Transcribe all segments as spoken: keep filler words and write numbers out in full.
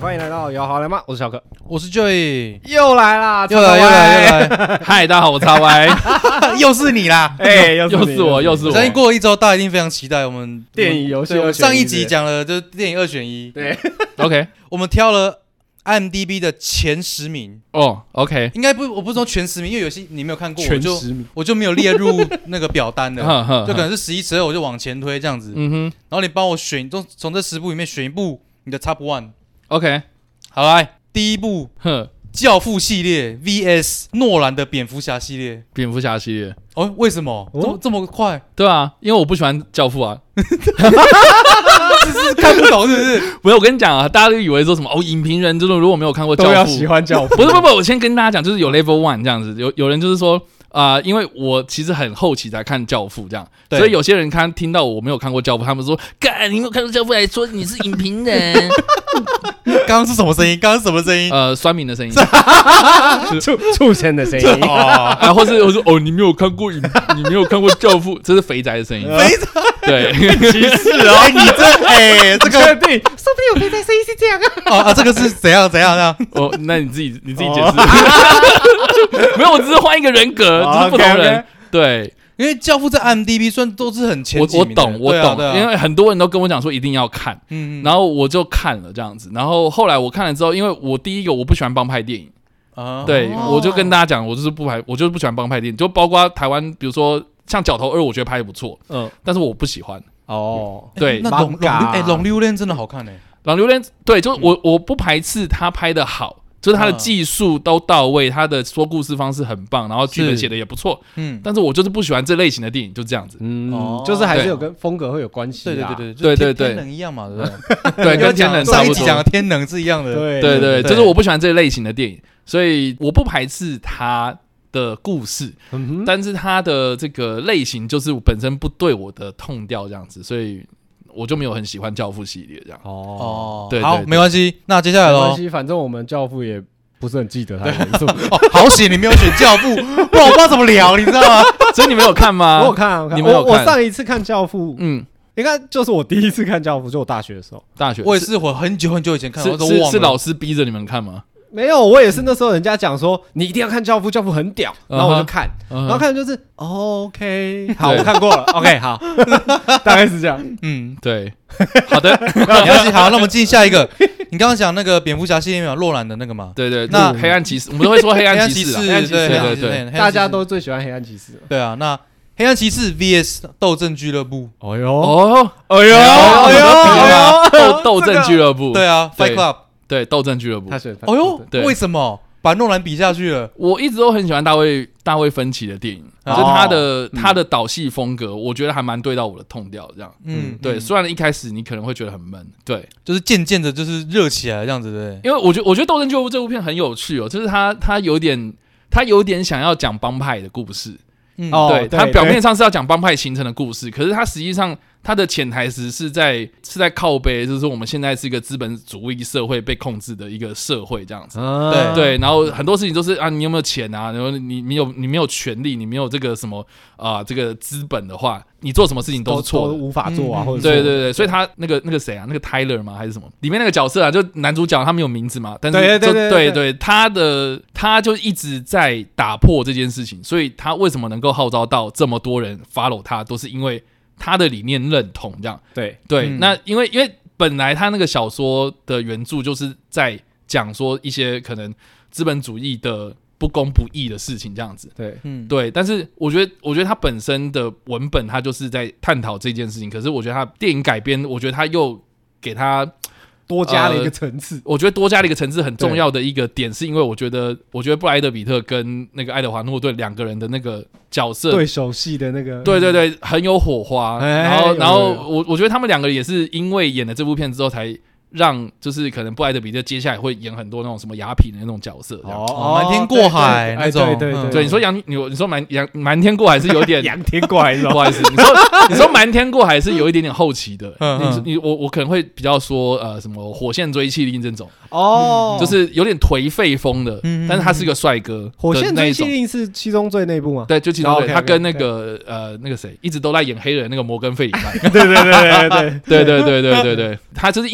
欢迎来到有好来吗？我是小可， 我是 Joy， 又来啦， 又来又来又来， 嗨，大家好，我超歪， 又是你啦， 哎， 又是我，又是我。 相信过了一周，大家一定非常期待我们电影游戏。 我们上一集讲了就是电影二选一， 对 ，OK， 我们挑了 I M D B 的前十名。 哦 ，OK， 应该不，我不是说全十名，因为有些你没有看过， 全十名我就我就没有列入那个表单的， 呵呵就可能是十一、十二，我就往前推这样子。 嗯哼， 然后你帮我选，从从这十部里面选一部你的 Top One。OK， 好来，第一部， 呵， 教父系列 V S 诺兰的蝙蝠侠系列。 蝙蝠侠系列。 哦，为什么、 哦、 这么这么快？ 对啊，因为我不喜欢教父啊。 这是看不懂是不是？ 不是，我跟你讲啊，大家都以为说什么哦，影评人就是如果没有看过教父， 都要喜欢教父。 不是，不是，不是，我先跟大家讲，就是有 Level One 这样子，有有人就是说。啊、呃，因为我其实很后期才看《教父》这样，所以有些人看听到我没有看过《教父》，他们说：“干，你没有看过《教父》，还说你是影评人。” 刚刚是什么声音？刚刚是什么声音？ 呃，酸民的声音， 畜畜生的声音哦，啊，或是我说哦，你没有看过影，你没有看过《教父》，这是肥宅的声音， 肥宅， 对， 歧视哦！哎，你这哎，这个确定？说不定有肥宅声音是这样啊？ 哦啊，这个是怎样怎样这样？ 哦，那你自己你自己解释。没有，我只是换一个人格，只是不同人。Okay, okay. 对， 因为《教父》在 I M D B 算都是很前几名的。 我我懂，我懂、啊啊，因为很多人都跟我讲说一定要看，嗯，然后我就看了这样子。然后后来我看了之后，因为我第一个我不喜欢帮派电影，啊，对，我就跟大家讲，我就是不排，我就是不喜欢帮派电影，就包括台湾，比如说像《角头二》，我觉得拍得不错，嗯，但是我不喜欢。 哦， 对， 欸、那龙龙哎，龙榴莲真的好看哎、欸， 龙榴莲对，就是我我不排斥他拍的好。就是他的技术都到位，他的说故事方式很棒，然后剧本写的也不错，嗯，但是我就是不喜欢这类型的电影，就这样子， 嗯，哦、就是还是有跟风格会有关系， 对对对对对对对， 天能一样嘛，对不对？ 对，跟天能上一集讲的天能是一样的， 对对对，就是我不喜欢这类型的电影，所以我不排斥他的故事，嗯、但是他的这个类型就是本身不对我的痛调这样子，所以。我就没有很喜欢教父系列这样哦， 对， 好，没关系，那接下来咯， 没关系，反正我们教父也不是很记得他的元素。 哦，好险你没有选教父，不然我不知道怎么聊，你知道吗？ 所以你没有看吗？ 我有看，我看， 你没有看？ 我上一次看教父，嗯，应该就是我第一次看教父，就我大学的时候。 大学， 我也是，我很久很久以前看， 是我都忘了。 是老师逼着你们看吗？ 没有，我也是那时候人家讲说你一定要看教父，教父很屌，然后我就看， uh-huh. 然后看就是、uh-huh. OK， 好，我看过了 ，OK， 好，大概是这样， 嗯，对，好的， 好，那我们进下一个。你刚刚讲那个蝙蝠侠系列有洛兰的那个嘛？ 对对，那黑暗骑士，我们都会说黑暗骑士， 黑暗骑士，对对对， 大家都最喜欢黑暗骑士。 对啊，那黑暗骑士 V S 斗阵俱乐部。 哦哟， 哦， 哎呦，哎呦， 哎呦，斗斗阵俱乐部， 对啊 ，Fight Club。 对，斗阵俱乐部。 他选， 哦呦，为什么把诺兰比下去了？ 我一直都很喜欢大卫大卫芬奇的电影，哦、就是他的、嗯、他的导戏风格，我觉得还蛮对到我的痛调这样。嗯，对。嗯、虽然一开始你可能会觉得很闷，对， 就是渐渐的，就是热起来这样子，对。 因为我觉得，我觉得《斗阵俱乐部》这部片很有趣哦，就是他他有点他有点想要讲帮派的故事。嗯，对，他表面上是要讲帮派形成的故事，可是他实际上。他的潜台词是在是在靠背，就是说我们现在是一个资本主义社会被控制的一个社会这样子，啊、对对，然后很多事情都是啊，你有没有钱啊？然后你你有你没有权利，你没有这个什么啊、呃、这个资本的话，你做什么事情都是错的， 都无法做啊，嗯、或者对对对，所以他那个那个谁啊，那个 Tyler 吗还是什么？里面那个角色啊，就男主角他没有名字嘛，但是对对对对 对, 对，他的他就一直在打破这件事情，所以他为什么能够号召到这么多人 follow 他，都是因为。他的理念认同这样， 对对、嗯，那因为因为本来他那个小说的原著就是在讲说一些可能资本主义的不公不义的事情这样子， 对， 嗯，对，但是我觉得我觉得他本身的文本他就是在探讨这件事情，可是我觉得他电影改编，我觉得他又给他。 多加了一个层次、呃， 我觉得多加了一个层次很重要的一个点，是因为我觉得，我觉得布莱德比特跟那个爱德华诺顿两个人的那个角色对手戏的那个， 对对对，很有火花。哎、然后，然后我我觉得他们两个也是因为演了这部片之后才。让就是可能布莱德比特接下来会演很多那种什么雅痞的那种角色，这样哦，瞒天过海那种， 对对对， 对你说杨你你说瞒杨瞒天过海是有点杨天过海， 不好意思，你说你说瞒天过海是有一点点后期的，你你我我可能会比较说呃什么火线追气令这种哦，就是有点颓废风的，但是他是个帅哥。 火线追气令是七宗罪那部吗？ 对，就七宗罪，他跟那个呃那个谁一直都在演黑人那个摩根费里曼， 对对对对对对对对对对对，他就是因为演那部。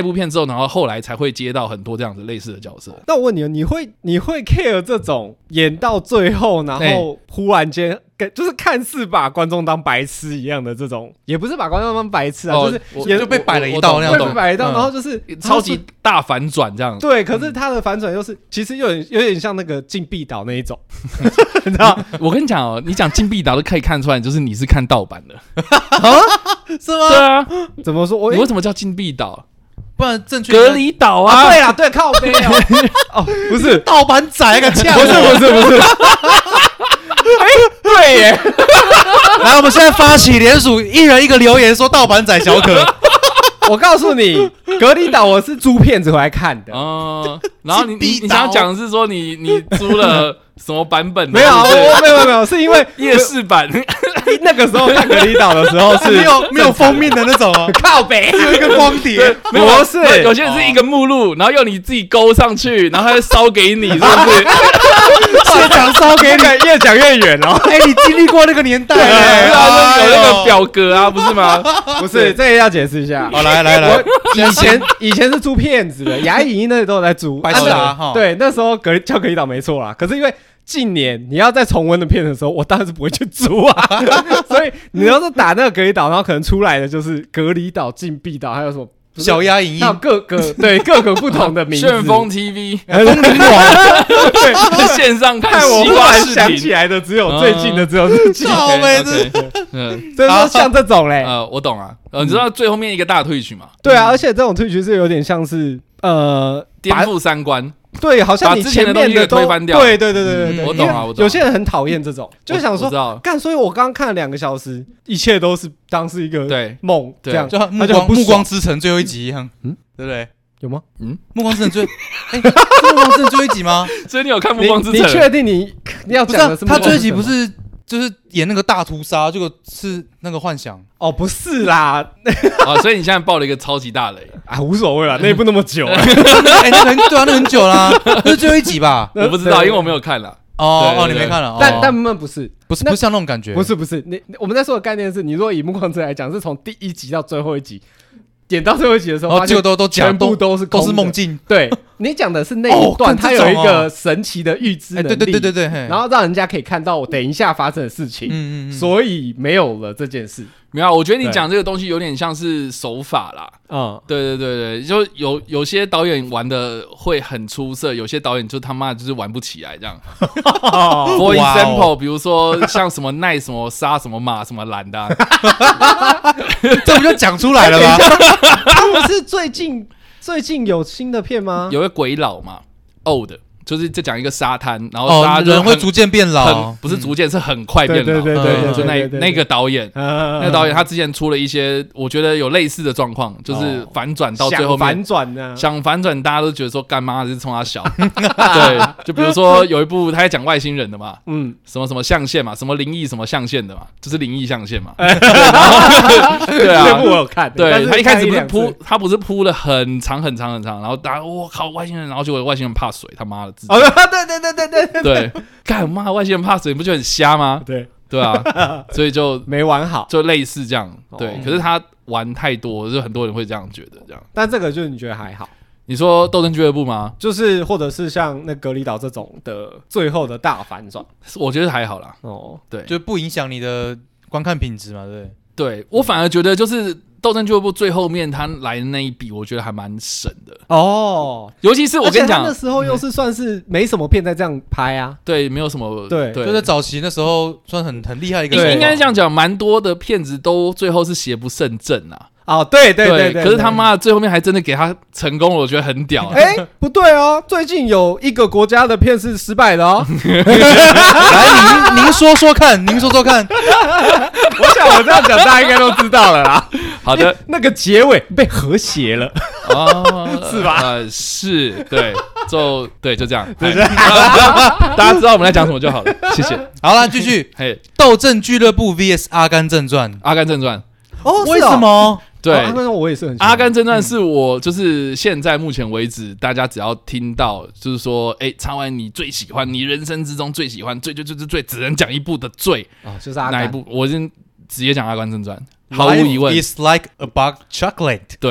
部片之后，然后后来才会接到很多这样子类似的角色。 那我问你，你会你会 care 这种演到最后，然后忽然间就是看似把观众当白痴一样的这种，也不是把观众当白痴啊，哦、就是也就被摆了一道那样， 被摆一道，然后就是超级大反转这样。 对，可是他的反转又是其实有点有点像那个禁闭岛那一种，你知道？ 我跟你讲哦，你讲禁闭岛都可以看出来，就是你是看盗版的啊？是吗？ 对啊， 怎么说？ 你为什么叫禁闭岛？ 不然正确隔离岛啊！ 对啊，对，靠背哦。哦，不是盗版仔个呛， 不是不是不是。哎，对耶！ 来，我们现在发起联署，一人一个留言说盗版仔小可。 我告诉你，隔离岛我是租片子回来看的。 哦，然后你你你想讲的是说你你租了什么版本的？ 没有，没有没有，是因为夜市版。 那个时候看隔离岛的时候是没有没有封面的那种哦， 靠北有一个光碟， 不是，有些人是一个目录，然后用你自己勾上去，然后他就烧给你，是不是？ 社长烧给你， 越讲越远哦。 哎，你经历过那个年代， 对啊，有那个表格啊，不是吗？ 不是，这个要解释一下。 好，来来来， 以前以前是租片子的，雅影音那里都有在租， 白傻哈。 对，那时候隔叫隔离岛没错啦，可是因为。近年你要在重温的片的时候，我当然是不会去租啊。所以你要是打那个隔离岛，然后可能出来的就是隔离岛、禁闭岛，还有什么小鸭影音， 还有各个对各个不同的名字。 旋风 T V、 风铃网， 对，线上看西瓜视频。 想起来的只有最近的只有自己。 好妹子， 嗯，所以说像这种嘞， 呃，我懂啊。呃，你知道最后面一个大退曲嘛？ 对啊，而且这种退曲是有点像是呃颠覆三观。 对，好像你前面的东西推翻掉。 对对对对对， 我懂啊，我懂。 有些人很讨厌这种，就想说，干，所以我刚刚看了两个小时，一切都是当是一个梦，这样， 就目光暮光之城最后一集一样，嗯，对不对？ 有吗？ 嗯，暮光之城最，哎，是暮光之城最后一集吗？ 所以你有看暮光之城？ 你确定你你要讲的是？ 他最后一集不是就是演那个大屠杀，结果是那个幻想？ 哦，不是啦， 啊，所以你现在爆了一个超级大雷啊，无所谓啦，那一部那么久， 哎，那很对啊，那很久啦，那是最后一集吧？ 我不知道，因为我没有看啦。 哦哦，你没看了， 但但那不是， 不是不是像那种感觉， 不是不是，你我们在说的概念是，你如果以暮光之城来讲，是从第一集到最后一集。演到最后一集的时候， 结果都都全部都是都是梦境。 对，你讲的是那一段，它有一个神奇的预知能力， 对对对对对， 然后让人家可以看到我等一下发生的事情，嗯嗯，所以没有了这件事。 没有，我觉得你讲这个东西有点像是手法啦。嗯，对对对对，就有有些导演玩的会很出色，有些导演就他妈就是玩不起来这样。For example， 比如说像什么奈什么杀什么马什么蓝的， 这不就讲出来了吗？ 他们是最近最近有新的片吗？ 有个鬼佬嘛 ，old。就是在讲一个沙滩，然后沙人会逐渐变老， 不是逐渐，是很快变老。 对对对， 就那那个导演，那个导演他之前出了一些，我觉得有类似的状况，就是反转到最后面， 反转呢， 想反转，大家都觉得说干妈是冲他小。对，就比如说有一部他在讲外星人的嘛，嗯，什么什么象限嘛，什么灵异什么象限的嘛，就是灵异象限嘛。对啊， 这部我有看， 对他一开始不是铺，他不是铺了很长很长很长，然后大家我靠外星人，然后结果外星人怕水，他妈的。 哦，对对对对对对，干妈外星人怕水，你不觉得很瞎吗？ 对对啊，所以就没玩好， 就类似这样。对，可是他玩太多，就很多人会这样觉得这样。 但这个就是你觉得还好？ 你说斗争俱乐部吗？ 就是或者是像那隔离岛这种的最后的大反转， 我觉得还好啦。哦，对， 就不影响你的观看品质嘛，对不对？ 对我反而觉得就是斗争俱乐部最后面他来的那一笔，我觉得还蛮神的哦。 尤其是我跟你讲， 那时候又是算是没什么片在这样拍啊。 对，没有什么对， 就在早期那时候算很很厉害一个。 应该这样讲，蛮多的片子都最后是邪不胜正啊。 哦，对对对对， 可是他妈的最后面还真的给他成功了，我觉得很屌。 哎，不对哦，最近有一个国家的片是失败的哦。 来，您您说说看，您说说看。 我想我这样讲，大家应该都知道了啦。 好的， 那个结尾被和谐了，哦，是吧？ 呃，是，对，就对，就这样。大家知道我们在讲什么就好了，谢谢。 好了，继续。嘿，斗阵俱乐部 V S 阿甘正传， 阿甘正传。 哦， 为什么？ 对， 阿甘我也是很喜欢。 阿甘正传是我就是现在目前为止，大家只要听到就是说，哎，唱完你最喜欢，你人生之中最喜欢、最最最最最只能讲一部的最啊，就是阿甘哪一部？我先直接讲阿甘正传，毫无疑问。 It's like a box chocolate。 对，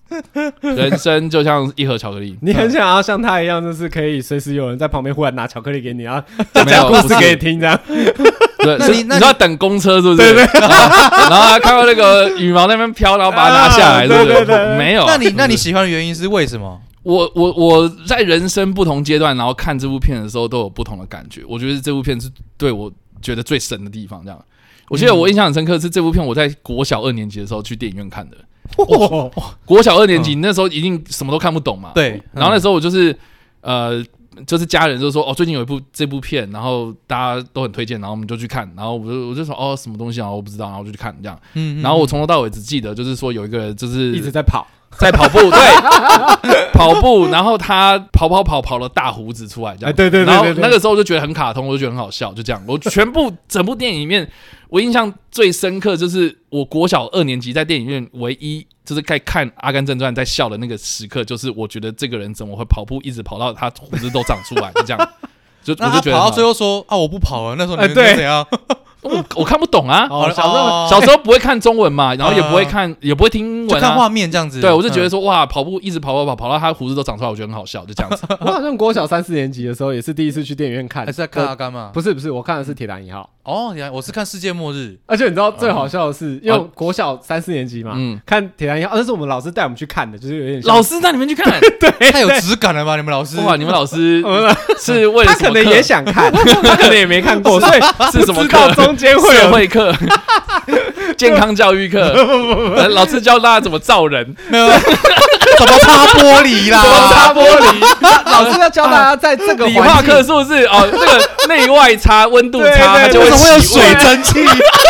人生就像一盒巧克力， 你很想要像他一样，就是可以随时有人在旁边忽然拿巧克力给你，然后讲故事给你听，这样。 对，那你你要等公车是不是？对对。然后他看到那个羽毛那边飘，然后把它拿下来，对不对？没有。 那你那你喜欢的原因是为什么？ 我我我在人生不同阶段，然后看这部片的时候都有不同的感觉。我觉得这部片是对我觉得最神的地方。这样，我记得我印象很深刻是这部片，我在国小二年级的时候去电影院看的。哦、国小二年级、嗯、那时候一定什么都看不懂嘛。 对。 然后那时候我就是呃，就是家人就说哦，最近有一部这部片，然后大家都很推荐，然后我们就去看。然后我就我就说哦，什么东西啊，我不知道，然后我就去看这样。嗯, 嗯。然后我从头到尾只记得就是说有一个就是一直在跑。 在跑步，对，跑步，然后他跑跑跑跑了大胡子出来，这样， 哎、对, 对, 对, 对, 对，然后那个时候我就觉得很卡通，我就觉得很好笑，就这样。我全部整部电影里面，我印象最深刻就是我国小二年级在电影院唯一就是在看《阿甘正传》在笑的那个时刻，就是我觉得这个人怎么会跑步一直跑到他胡子都长出来，就这样。就我就觉得跑到最后说啊，我不跑了，那时候你们是怎样？ 我, 我看不懂啊，哦、小时候小时候不会看中文嘛，然后也不会看，呃、也不会听英文、啊， 就看画面这样子。 对，我就觉得说、嗯、哇，跑步一直跑跑跑跑到他胡子都长出来，我觉得很好笑，就这样子。 我好像国小三四年级的时候也是第一次去电影院看， 还是在看阿甘吗？ 不是不是，我看的是《铁达尼号》。 哦，我是看《世界末日》， 而且你知道最好笑的是，嗯、因为国小三四年级嘛，嗯、看《铁达尼号》，那是我们老师带我们去看的，就是有点像老师带你们去看， 对， 太有质感了吧？你们老师哇，你们老师是为了他可能也想看，他可能也没看过，所以是什么课？中间会有社会课、健康教育课，老师教大家怎么造人， 没有怎么擦玻璃啦， 怎么擦玻璃， 老师要教大家在这个理化课是不是？哦，这个内外差、温度差，它就会会有水蒸气。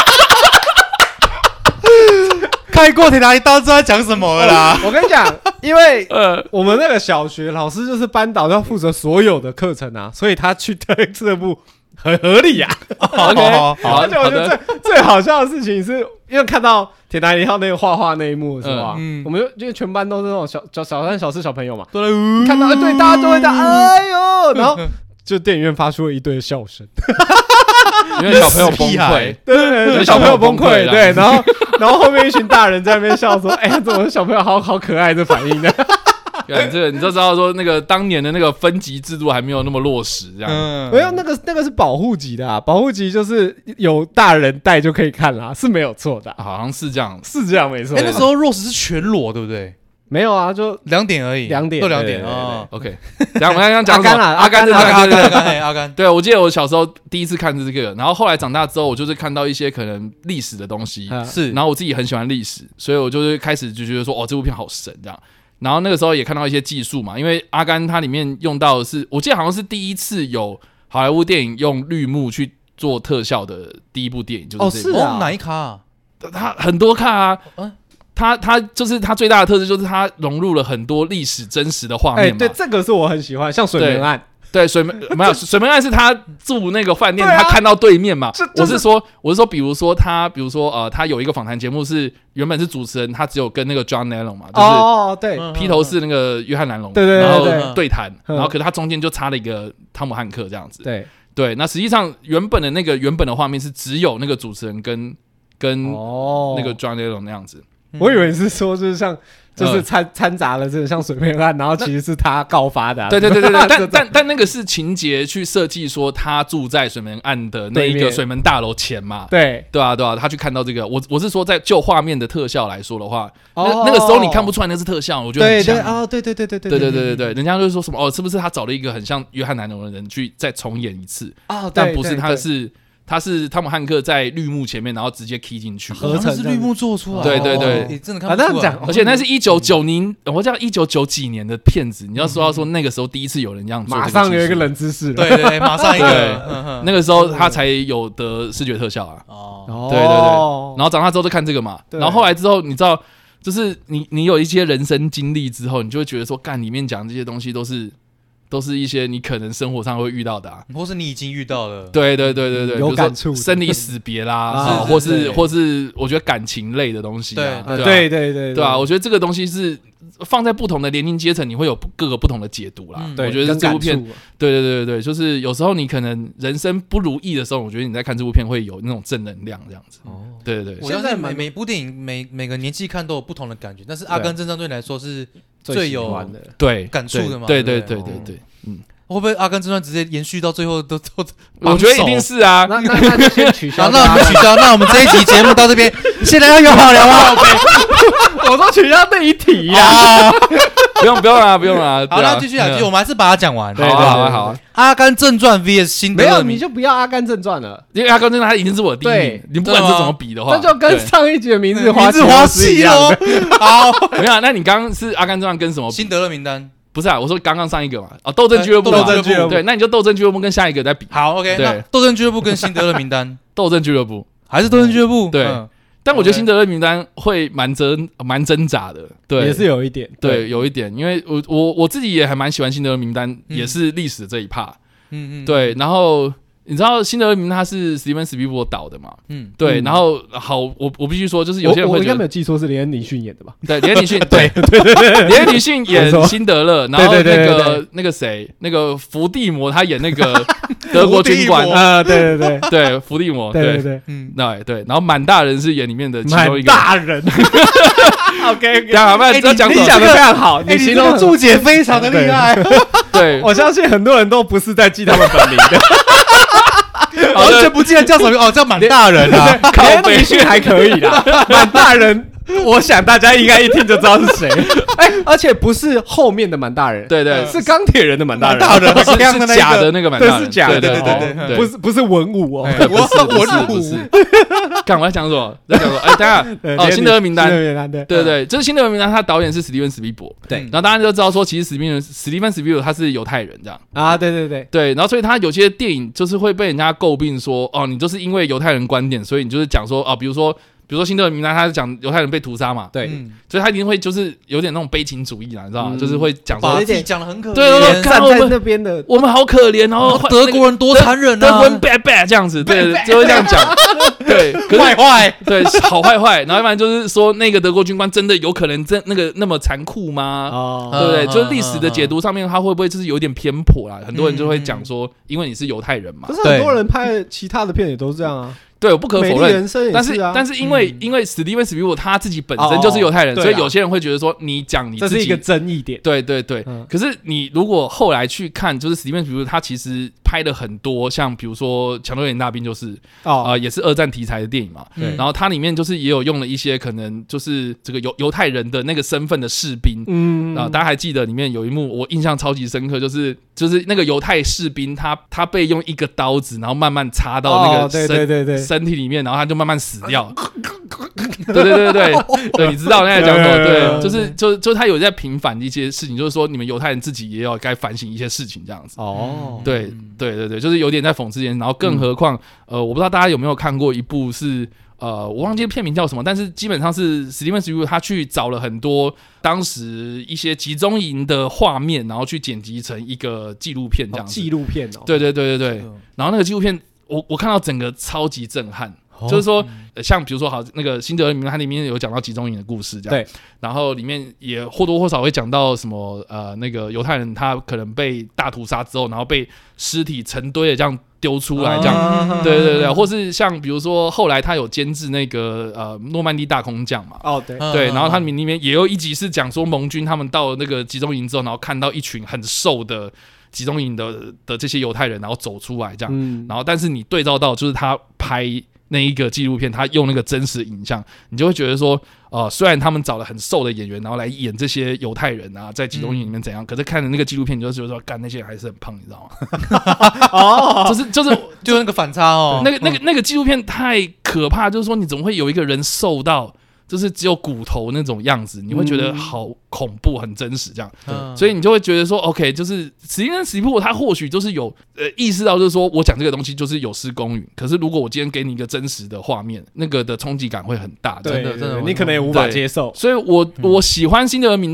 看过《铁达尼号》知道讲什么了啦？ 我跟你讲，因为我们那个小学老师就是班导要负责所有的课程啊，所以他去推这部。很合理呀、啊、，OK， 好，而且我觉得最最好笑的事情是，因为看到铁达尼号那个画画那一幕的时候啊，嗯、我们就因为全班都是那种小小小三小四小朋友嘛，都在、呃、看到对大家都会讲哎呦，然后就电影院发出了一堆的笑声， 因为小朋友崩溃， 对对对，小朋友崩溃，对，然后然后后面一群大人在那边笑说，哎呀，怎么小朋友好好可爱这反应呢？ 这个你就知道说，那个当年的那个分级制度还没有那么落实，这样。 嗯，没有那个那个是保护级的啊，保护级就是有大人带就可以看啦，是没有错的、啊， 好像是这样， 是这样没错。 哎、欸，那时候 Rose 是全裸，对不对？ 没有啊，就两点而已， 两点， 就两点啊。 OK， 然后我们刚刚讲阿甘啊， 阿甘， 阿甘，阿甘，阿甘。 对，我记得我小时候第一次看是这个，然后后来长大之后，我就是看到一些可能历史的东西， 是， 然后我自己很喜欢历史，所以我就是开始就觉得说，哦，这部片好神这样。然后那个时候也看到一些技术嘛，因为阿甘它里面用到的是，我记得好像是第一次有好莱坞电影用绿幕去做特效的第一部电影，就是这部。 哦，是啊， 哪一卡、啊？ 它很多卡啊，嗯，它它就是它最大的特色就是它融入了很多历史真实的画面嘛。 欸、对，这个是我很喜欢，像水门案。 对，水门没有水门案是他住那个饭店，他看到对面嘛。我是说，我是说，比如说他，比如说呃，他有一个访谈节目是原本是主持人，他只有跟那个 John Lennon 嘛，就是哦对， 披头士那个约翰南龙， 对对对， 然后对谈，然后可是他中间就插了一个汤姆汉克这样子。 对对，那实际上原本的那个原本的画面是只有那个主持人跟跟那个 John Lennon 那样子。 我以为你是说就是像。就是掺掺杂了这个像水面案，然后其实是他告发的、啊。 对对对对对，但但但那个是情节去设计说他住在水门岸的那一个水门大楼前嘛。 对对啊对啊，他去看到这个，我我是说在就画面的特效来说的话，哦、那那个时候你看不出来那是特效，我觉得很强。 对对哦，对对对对对对对对对对，人家就说什么哦，是不是他找了一个很像约翰南龙的人去再重演一次？ 哦， 但不是，他是。他是汤姆汉克在绿幕前面，然后直接 key 进去， 合成是绿幕做出来。 对对对， 你真的看不出来。 而且那是一九九零，我讲一九九几年的片子，你要说到说那个时候第一次有人这样做， 马上有一个冷知识。 对对，马上一个， 那个时候他才有得视觉特效啊。哦，对对对。然后长大之后就看这个嘛，然后后来之后你知道，就是你你有一些人生经历之后，你就会觉得说，干里面讲这些东西都是。 都是一些你可能生活上会遇到的啊， 或是你已经遇到了。 对对对对对， 有感触， 生离死别啦，啊、或是, 是或是我觉得感情类的东西、啊， 对对对对对啊，我觉得这个东西是放在不同的年龄阶层，你会有各个不同的解读啦。嗯、我觉得这部片，对对对对，就是有时候你可能人生不如意的时候，我觉得你在看这部片会有那种正能量这样子。哦，对对对， 我相信每每部电影每每个年纪看都有不同的感觉，但是《阿甘正传》对你来说是最有的对感触的嘛？ 对对对对对对，嗯。 会不会《阿甘正传》直接延续到最后都都？ 我觉得一定是啊。 那那那就先取消。 那我们取消。那我们这一集节目到这边，现在要有好聊吗？ 我都取消那一题呀。 不用不用啦，不用啦。 好，那继续啊，继续，我们还是把它讲完。 好啊好啊好啊。 《阿甘正传》V S 辛德勒， 没有你就不要《阿甘正传》了， 因为《阿甘正传》它已经是我的第一名，你不管这怎么比的话， 那就跟上一集的名字花期一样。好， 没有，那你刚刚是《阿甘正传》跟什么？ 辛德勒名单。 不是啊，我说刚刚上一个嘛，哦，斗争俱乐部， 斗争俱乐部， 对，那你就斗争俱乐部跟下一个再比。 好 ，OK， 那斗争俱乐部跟辛德勒名单， 斗争俱乐部还是斗争俱乐部？ 对，但我觉得辛德勒名单会蛮挣蛮挣扎的，对， 也是有一点， 对，有一点，因为我我我自己也还蛮喜欢辛德勒名单，也是历史这一趴，嗯嗯，对，然后。你知道辛德勒名单他是史蒂芬史匹柏导的嘛？嗯，对，然后好，我我必须说，就是有些人会觉得， 我应该没有记错，是连恩尼逊演的吧？ 对，连恩尼逊，对对对对，连恩尼逊演辛德勒，然后那个那个谁，那个伏地魔他演那个德国军官啊，对对对对，伏地魔， 对对对， 嗯，对对，然后满大人是演里面的其中一个满大人。OK， 讲好，不然讲你讲的非常好，你形容注解非常的厉害。 对， 我相信很多人都不是在记他们本名的。 完全不记得叫什么哦，叫满大人啊， 连恩尼逊还可以啦，满大人，我想大家应该一听就知道是谁。哎，而且不是后面的满大人， 对对， 是钢铁人的满大人， 大人是假的那个满大人， 是假的， 对对对对， 不是不是文武哦， 不是文武，不是。 干我在讲什么？在讲什么？哎，等下哦，辛德勒名单，对对对，就是辛德勒名单，他导演是史蒂芬史匹柏，对，然后大家就知道说，其实史蒂芬史蒂芬史匹柏他是犹太人这样啊，对对对对，然后所以他有些电影就是会被人家诟病说，哦，你就是因为犹太人观点，所以你就是讲说，哦，比如说。比如说辛德勒名单，他是讲犹太人被屠杀嘛，对，嗯、所以他一定会就是有点那种悲情主义啦，你知道吗？嗯、就是会讲说把自己讲得很可怜， 对对对， 站在那边的我们好可怜，然后德国人多残忍啊， 德国人 bad bad 这样子，对，就会这样讲，对， 坏坏， 对，好坏坏，然后一般就是说那个德国军官真的有可能真那个那么残酷吗？哦，对不对？就是历史的解读上面，他会不会就是有点偏颇啦？很多人就会讲说，因为你是犹太人嘛， 可是很多人拍其他的片也都是这样啊。 对，我不可否认， 是啊、 但是但是因为、嗯、因为史蒂芬史匹柏他自己本身就是犹太人，哦、所以有些人会觉得说你讲你自己这是一个争议点， 对对对。嗯、可是你如果后来去看，就是史蒂芬史匹柏他其实拍了很多像比如说《强盗连大兵》就是哦、呃、也是二战题材的电影嘛，嗯、然后它里面就是也有用了一些可能就是这个犹犹太人的那个身份的士兵，嗯啊、呃，大家还记得里面有一幕我印象超级深刻，就是就是那个犹太士兵他他被用一个刀子，然后慢慢插到那个身、哦、对对对对身体里面，然后他就慢慢死掉。对对对对对，你知道那在讲什么？对，就是就就他有在平反一些事情，就是说你们犹太人自己也要该反省一些事情这样子。哦，对对对对，就是有点在讽刺人。然后更何况，嗯、呃，我不知道大家有没有看过一部是呃，我忘记片名叫什么，但是基本上是史蒂芬史匹柏他去找了很多当时一些集中营的画面，然后去剪辑成一个纪录片这样子。 纪录片哦。 对对对对对，然后那个纪录片，我我看到整个超级震撼。就是说，呃、像比如说，好，那个辛德勒名单，它里面有讲到集中营的故事，这样。对。然后里面也或多或少会讲到什么，呃，那个犹太人他可能被大屠杀之后，然后被尸体成堆的这样丢出来，这样。啊、对对对，或是像比如说后来他有监制那个呃诺曼底大空降嘛。 哦，对。 对，然后它里面也有一集是讲说盟军他们到了那个集中营之后，然后看到一群很瘦的集中营的的这些犹太人，然后走出来这样。嗯、然后但是你对照到就是他拍那一个纪录片，他用那个真实的影像，你就会觉得说，呃，虽然他们找了很瘦的演员，然后来演这些犹太人啊，在集中营里面怎样，嗯、可是看了那个纪录片，你就觉得说，干那些人还是很胖，你知道吗？哦，就是就是就是那个反差哦， 那个那个那个纪录片太可怕，就是说你怎么会有一个人瘦到就是只有骨头那种样子，你会觉得好恐怖，很真实这样，嗯、所以你就会觉得说 ，OK， 就是史蒂芬史匹柏他或许就是有呃意识到，就是说我讲这个东西就是有失公允，可是如果我今天给你一个真实的画面，那个的冲击感会很大，真的真的， 你可能也无法接受。 所以我我喜欢辛德勒名单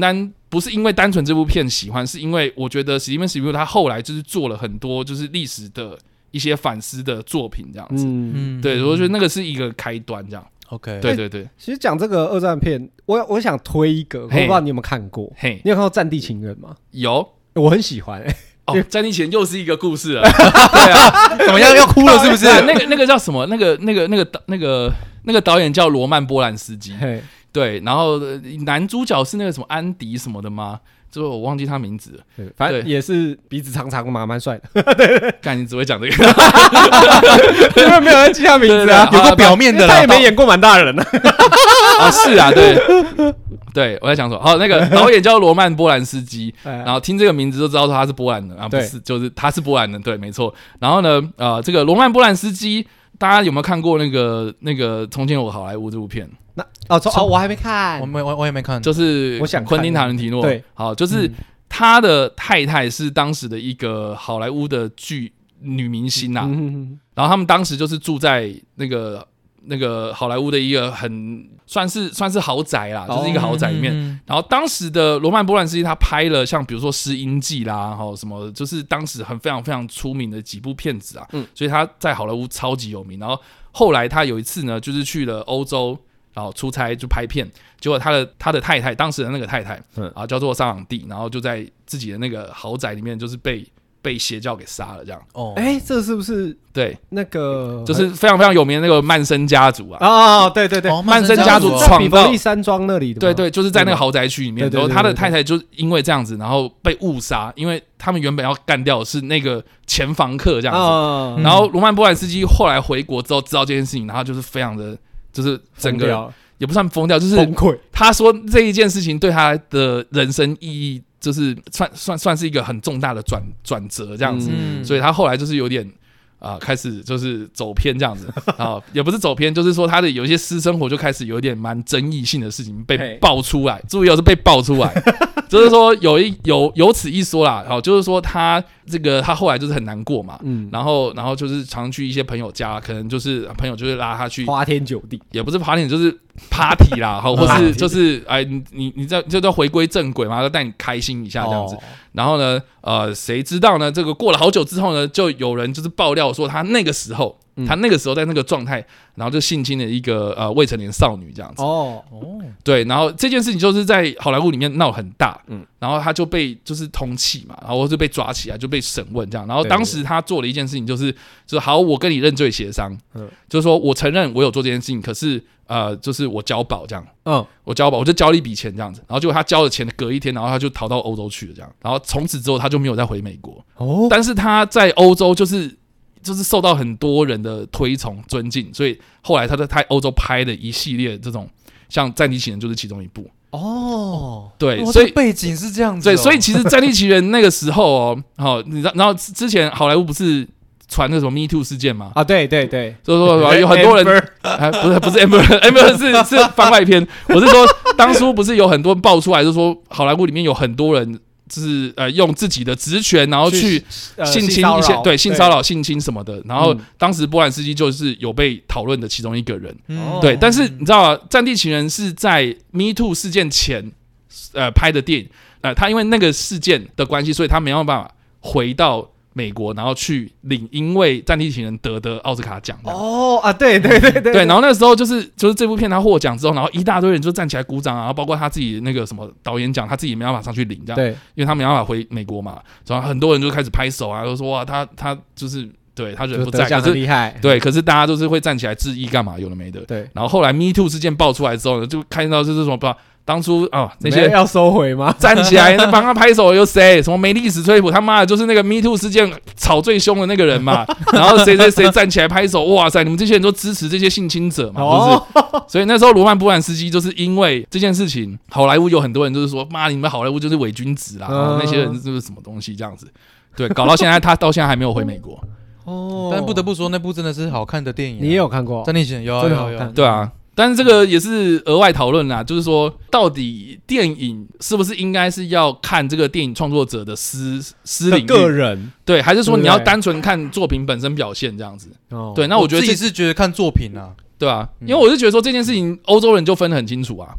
不是因为单纯这部片喜欢，是因为我觉得史蒂芬史皮尔他后来就是做了很多就是历史的一些反思的作品这样子。嗯，对，我觉得那个是一个开端这样。 OK， 对对对、欸。 其实讲这个二战片，我我想推一个，我不知道你有没有看过。嘿，你有看过《战地情人》吗？ 有， 我很喜欢。欸哦，战地前又是一个故事了，对啊， 怎么样要哭了是不是？ 那个那个叫什么？那个那个那个那个那个导演叫罗曼波兰斯基，对，然后男主角是那个什么安迪什么的吗？之后我忘记他名字了， 对，反正也是鼻子长长嘛，蛮帅的。对对， 干你只会讲这个， 因为没有人记他名字啊， 有个表面的啦， 他也没演过满大人啊。 啊，是啊，对，对我在讲什么？好，那个导演叫罗曼波兰斯基，然后听这个名字就知道说他是波兰人啊，不是，就是他是波兰人，对，没错。然后呢，呃，这个罗曼波兰斯基，大家有没有看过那个那个《从前有好莱坞》这部片？ 那哦哦，我还没看， 我没我我也没看， 就是我想昆汀塔伦提诺， 对， 好，就是他的太太是当时的一个好莱坞的剧女明星啊，嗯、然后他们当时就是住在那个那个好莱坞的一个很算是算是豪宅啦，就是一个豪宅里面。嗯、然后当时的罗曼波兰斯基他拍了像比如说《失音记》啦，哈什么，就是当时很非常非常出名的几部片子啊，嗯、所以他在好莱坞超级有名。然后后来他有一次呢，就是去了欧洲。然后出差就拍片，结果他的他的太太，当时的那个太太，嗯，啊叫做沙朗蒂，然后就在自己的那个豪宅里面，就是被被邪教给杀了，这样。 哦，哎，这是不是对那个就是非常非常有名的那个曼森家族啊？ 哦，对对对， 哦、曼森家族闯到比佛利山庄那里的， 对对，就是在那个豪宅区里面。然后他的太太就因为这样子，然后被误杀，因为他们原本要干掉的是那个前房客这样子。哦、然后罗曼波兰斯基后来回国之后知道这件事情，然后就是非常的。就是整个也不算疯掉，就是崩溃。他说这一件事情对他的人生意义，就是算算算是一个很重大的转转折这样子，嗯、所以他后来就是有点啊、呃，开始就是走偏这样子啊，也不是走偏，就是说他的有一些私生活就开始有点蛮争议性的事情被爆出来，注意哦是被爆出来，就是说有一有有此一说啦，好，就是说他这个他后来就是很难过嘛，嗯，然后然后就是常去一些朋友家，可能就是朋友就是拉他去花天酒地， 也不是花天，就是 party 啦，好，或是就是哎你你你这就要回归正轨嘛，要带你开心一下这样子。哦、然后呢，呃，谁知道呢？这个过了好久之后呢，就有人就是爆料说他那个时候。嗯、他那个时候在那个状态，然后就性侵了一个呃未成年少女这样子。哦哦，对，然后这件事情就是在好莱坞里面闹很大，嗯，然后他就被就是通缉嘛，然后就被抓起来就被审问这样。然后当时他做了一件事情，就是就是好，我跟你认罪协商，嗯，就是说我承认我有做这件事情，可是呃，就是我交保这样，嗯，我交保，我就交了一笔钱这样子。然后结果他交了钱，隔一天，然后他就逃到欧洲去了这样。然后从此之后他就没有再回美国。哦，但是他在欧洲就是。就是受到很多人的推崇尊敬，所以后来他在欧洲拍的一系列这种像《战地情人》就是其中一部哦，对，所以背景是这样子、哦， 对，所以其实《战地情人》那个时候哦，好，你知道，然后之前好莱坞不是传那什么 Me Too 事件吗？ 啊，对对对， 所以说有很多人，啊、不是不是 Amber，Amber 是是番外篇，我是说当初不是有很多人爆出来，就是说好莱坞里面有很多人。就是呃用自己的职权，然后去性侵一些、呃、对性骚扰、性侵什么的，然后、嗯、当时波兰斯基就是有被讨论的其中一个人，嗯、对。但是你知道啊，《战地情人》是在 Me Too 事件前呃拍的电影，呃，他因为那个事件的关系，所以他没有办法回到美国，然后去领因为《战地情人》得的奥斯卡奖。 哦啊，对对对 对, 对， 对。然后那时候就是就是这部片他获奖之后，然后一大堆人就站起来鼓掌啊，然后包括他自己那个什么导演奖，他自己没办法上去领这样，对，因为他没办法回美国嘛，然后很多人就开始拍手啊，就说哇，他他就是对他人不在， 可是厉害， 对，可是大家都是会站起来致意干嘛？有的没的，对。然后后来 Me Too 事件爆出来之后呢，就看到就是什么不知道。当初啊、哦，那些要收回吗？ 站起来帮他拍手有谁？什么梅丽史崔普他妈的，就是那个 Me Too 事件吵最凶的那个人嘛。然后谁谁谁站起来拍手，哇塞！你们这些人都支持这些性侵者嘛？哦、就是，所以那时候罗曼波兰斯基就是因为这件事情，好莱坞有很多人就是说，妈，你们好莱坞就是伪君子啦，嗯、那些人是不是什么东西这样子？对，搞到现在他到现在还没有回美国。 哦，但不得不说，那部真的是好看的电影、啊。 你也有看过？ 战地情人有啊有有有， 对啊。但是这个也是额外讨论啦，就是说，到底电影是不是应该是要看这个电影创作者的私私领域个人， 对，还是说你要单纯看作品本身表现这样子？哦，对，那我觉得我自己是觉得看作品啊， 对啊，因为我是觉得说这件事情欧洲人就分得很清楚啊，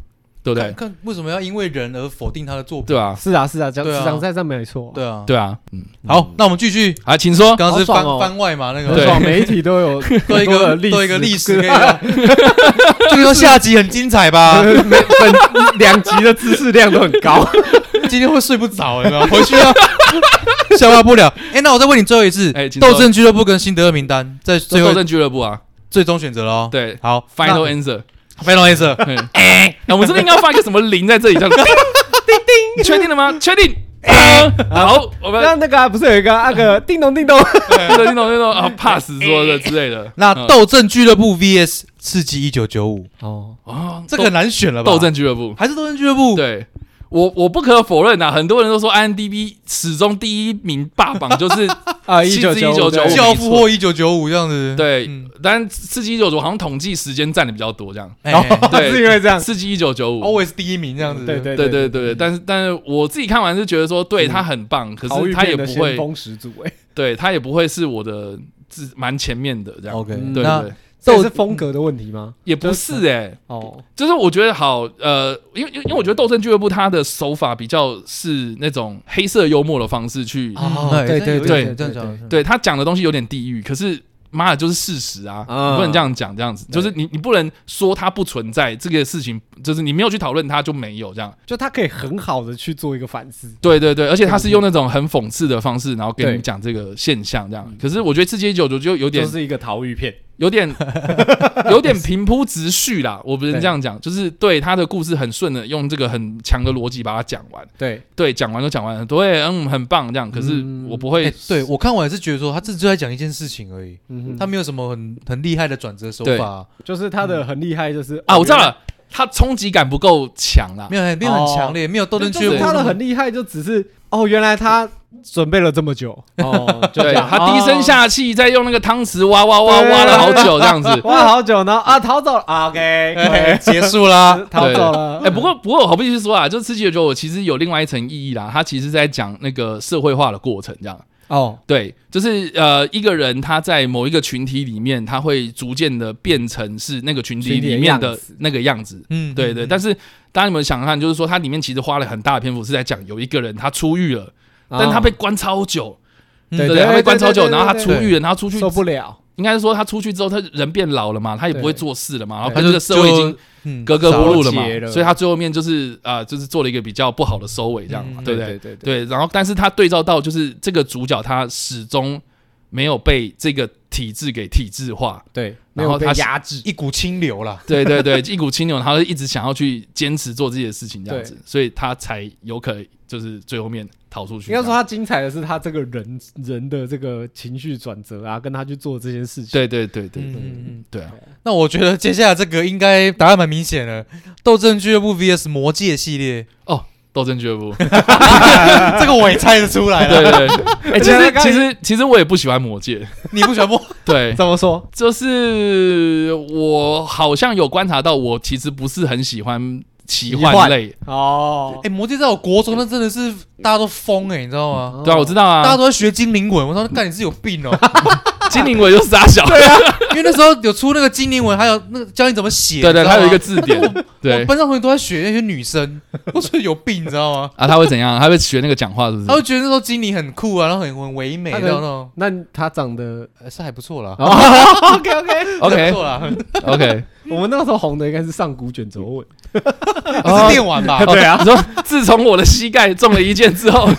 对不对？ 看为什么要因为人而否定他的作品？ 对啊， 是啊是啊，讲实上在这没错。 对啊， 对啊，嗯， 好，那我们继续啊，请说。 刚刚是番番外嘛，那个对，每一题都有多一个多一个历史可以用。就说下集很精彩吧？ 本两集的知识量都很高， 今天会睡不着，有没有？回去要消化不了。哎，那我再问你最后一次，斗阵俱乐部跟辛德勒名单在最后斗阵俱乐部啊， 最终选择了哦。 对， 好 ，Final Answer，Final Answer。 哎，那我们这边应该放一个什么零在这里，这样叮叮叮，确定了吗？确定。好，我们那那个不是有一个那个叮咚叮咚， 叮咚叮咚啊 ，pass 说的之类的。 那斗阵俱乐部 V S 刺激一九九五哦哦， 这个很难选了吧？ 斗阵俱乐部还是斗阵俱乐部？ 对。我我不可否认啊，很多人都说 I M D B 始终第一名霸榜就是啊一九九五教父或一九九五这样子。 对，嗯、但刺激一九九五好像统计时间占的比较多，这样。 欸、对，是因为这样。 刺激一九九五 always 第一名这样子。 对对对对对对。但是但是我自己看完是觉得说，对他很棒，可是他也不会风始祖哎， 对他也不会是我的蛮前面的这样。 OK， 对对对。 这是风格的问题吗？ 也不是哎、欸， 哦， 就是我觉得好，呃，因为因为我觉得斗阵俱乐部它的手法比较是那种黑色幽默的方式去， 哦，对对对，这样讲， 对他讲的东西有点地狱，可是妈的就是事实啊， 嗯、 你不能这样讲，这样子就是你你不能说它不存在这个事情，就是你没有去讨论它就没有这样， 就他可以很好的去做一个反思， 对对对，而且他是用那种很讽刺的方式，然后跟你讲这个现象这样，可是我觉得刺激一九九就有点就是一个逃狱片。 有点有点平铺直叙啦，我不能这样讲，就是对他的故事很顺的，用这个很强的逻辑把它讲完。 对对，讲完就讲完了，对，嗯，很棒这样。可是我不会， 嗯欸、对我看完也是觉得说，他这就在讲一件事情而已，嗯、他没有什么很很厉害的转折手法， 就是他的很厉害，就是、 嗯、啊，我知道了。他冲击感不够强啦， 没有没有很强烈，哦、没有斗阵俱乐部。 他的很厉害，就只是哦，原来他准备了这么久哦， 对，他低声下气，在用那个汤匙挖挖挖挖了好久这样子， 挖了好久，然后啊逃走了、啊、，OK， okay 结束啦， 逃走了。 哎、欸，不过不过我必须说啊，就刺激的九九其实有另外一层意义啦，他其实在讲那个社会化的过程这样。哦，对，就是呃，一个人他在某一个群体里面，他会逐渐的变成是那个群体里面的那个样子。嗯，对对。嗯、但是大家有没有想看，就是说它里面其实花了很大的篇幅是在讲有一个人他出狱了，哦、但他被关超久，对对，他被关超久，然后他出狱了，然后出去受不了。 应该是说他出去之后，他人变老了嘛，他也不会做事了嘛，然后他这个社会已经格格不入了嘛，所以他最后面就是啊、呃，就是做了一个比较不好的收尾，这样嘛，嗯、对不对？对对。然后，但是他对照到就是这个主角，他始终没有被这个体制给体制化， 对， 然后他压制一股清流啦， 对对对，一股清流，他就一直想要去坚持做这些事情，这样子，所以他才有可能就是最后面逃出去。 应该说他精彩的是他这个人人的这个情绪转折啊，跟他去做这件事情。 对对对对对，嗯嗯对啊。那我觉得接下来这个应该答案蛮明显的，斗阵俱乐部 V S 魔戒系列哦。斗阵俱乐部， 这个我也猜得出来了。 对对对，哎、欸，其实其实其实我也不喜欢魔戒， 你不喜欢魔？ 对， 怎么说？ 就是我好像有观察到，我其实不是很喜欢奇幻类哦。哎、欸，魔戒在我国中那真的是大家都疯哎、欸，你知道吗？ 对啊，我知道啊， 大家都在学精灵文。我说，干你是有病哦、喔！ 精灵文就是傻小， 对啊，因为那时候有出那个精灵文，还有那个教你怎么写， 对对，还有一个字典。对， 我班上同学都在学那些女生，我觉得有病，你知道吗？ 啊，他会怎样？他会学那个讲话，是不是？ 他会觉得那时候精灵很酷啊，然后很很唯美，那种。 那他长得是还不错啦。 OK OK OK， 不错啦。 OK， 我们那时候红的应该是上古卷轴文， 是电玩吧？ 对啊。 你说自从我的膝盖中了一箭之后，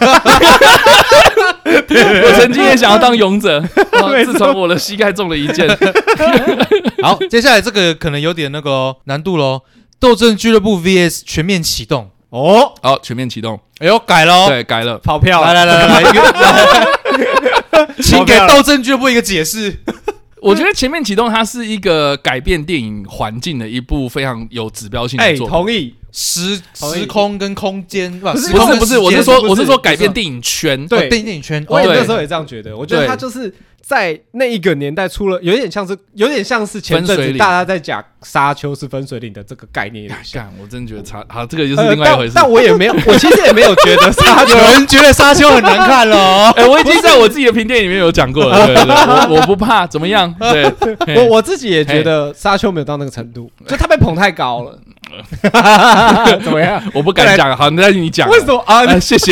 我曾经也想要当勇者。自从我的膝盖中了一箭。 好，接下来这个可能有点那个难度咯。斗阵俱乐部 V S 全面启动哦，好，全面启动， 哎呦，改了， 对，改了， 跑票， 来来来来来，请给斗阵俱乐部一个解释。 我觉得全面启动它是一个改变电影环境的一部非常有指标性的作品。 哎，同意。 时时空跟空间，不是不是不是，我是说我是说改变电影圈， 对， 电影圈。 我也那时候也这样觉得，我觉得他就是在那一个年代出了，有点像是有点像是前阵子大家在讲沙丘是分水岭的这个概念。 干，我真的觉得差，好，这个就是另外一回事。 但我也没有，我其实也没有觉得沙丘， 有人觉得沙丘很难看了。 哎，我已经在我自己的评电里面有讲过了，对对，我我不怕，怎么样？对， 我我自己也觉得沙丘没有到那个程度，就他被捧太高了。 怎么样？ 我不敢讲，好，那你讲。 为什么啊、 呃？谢谢。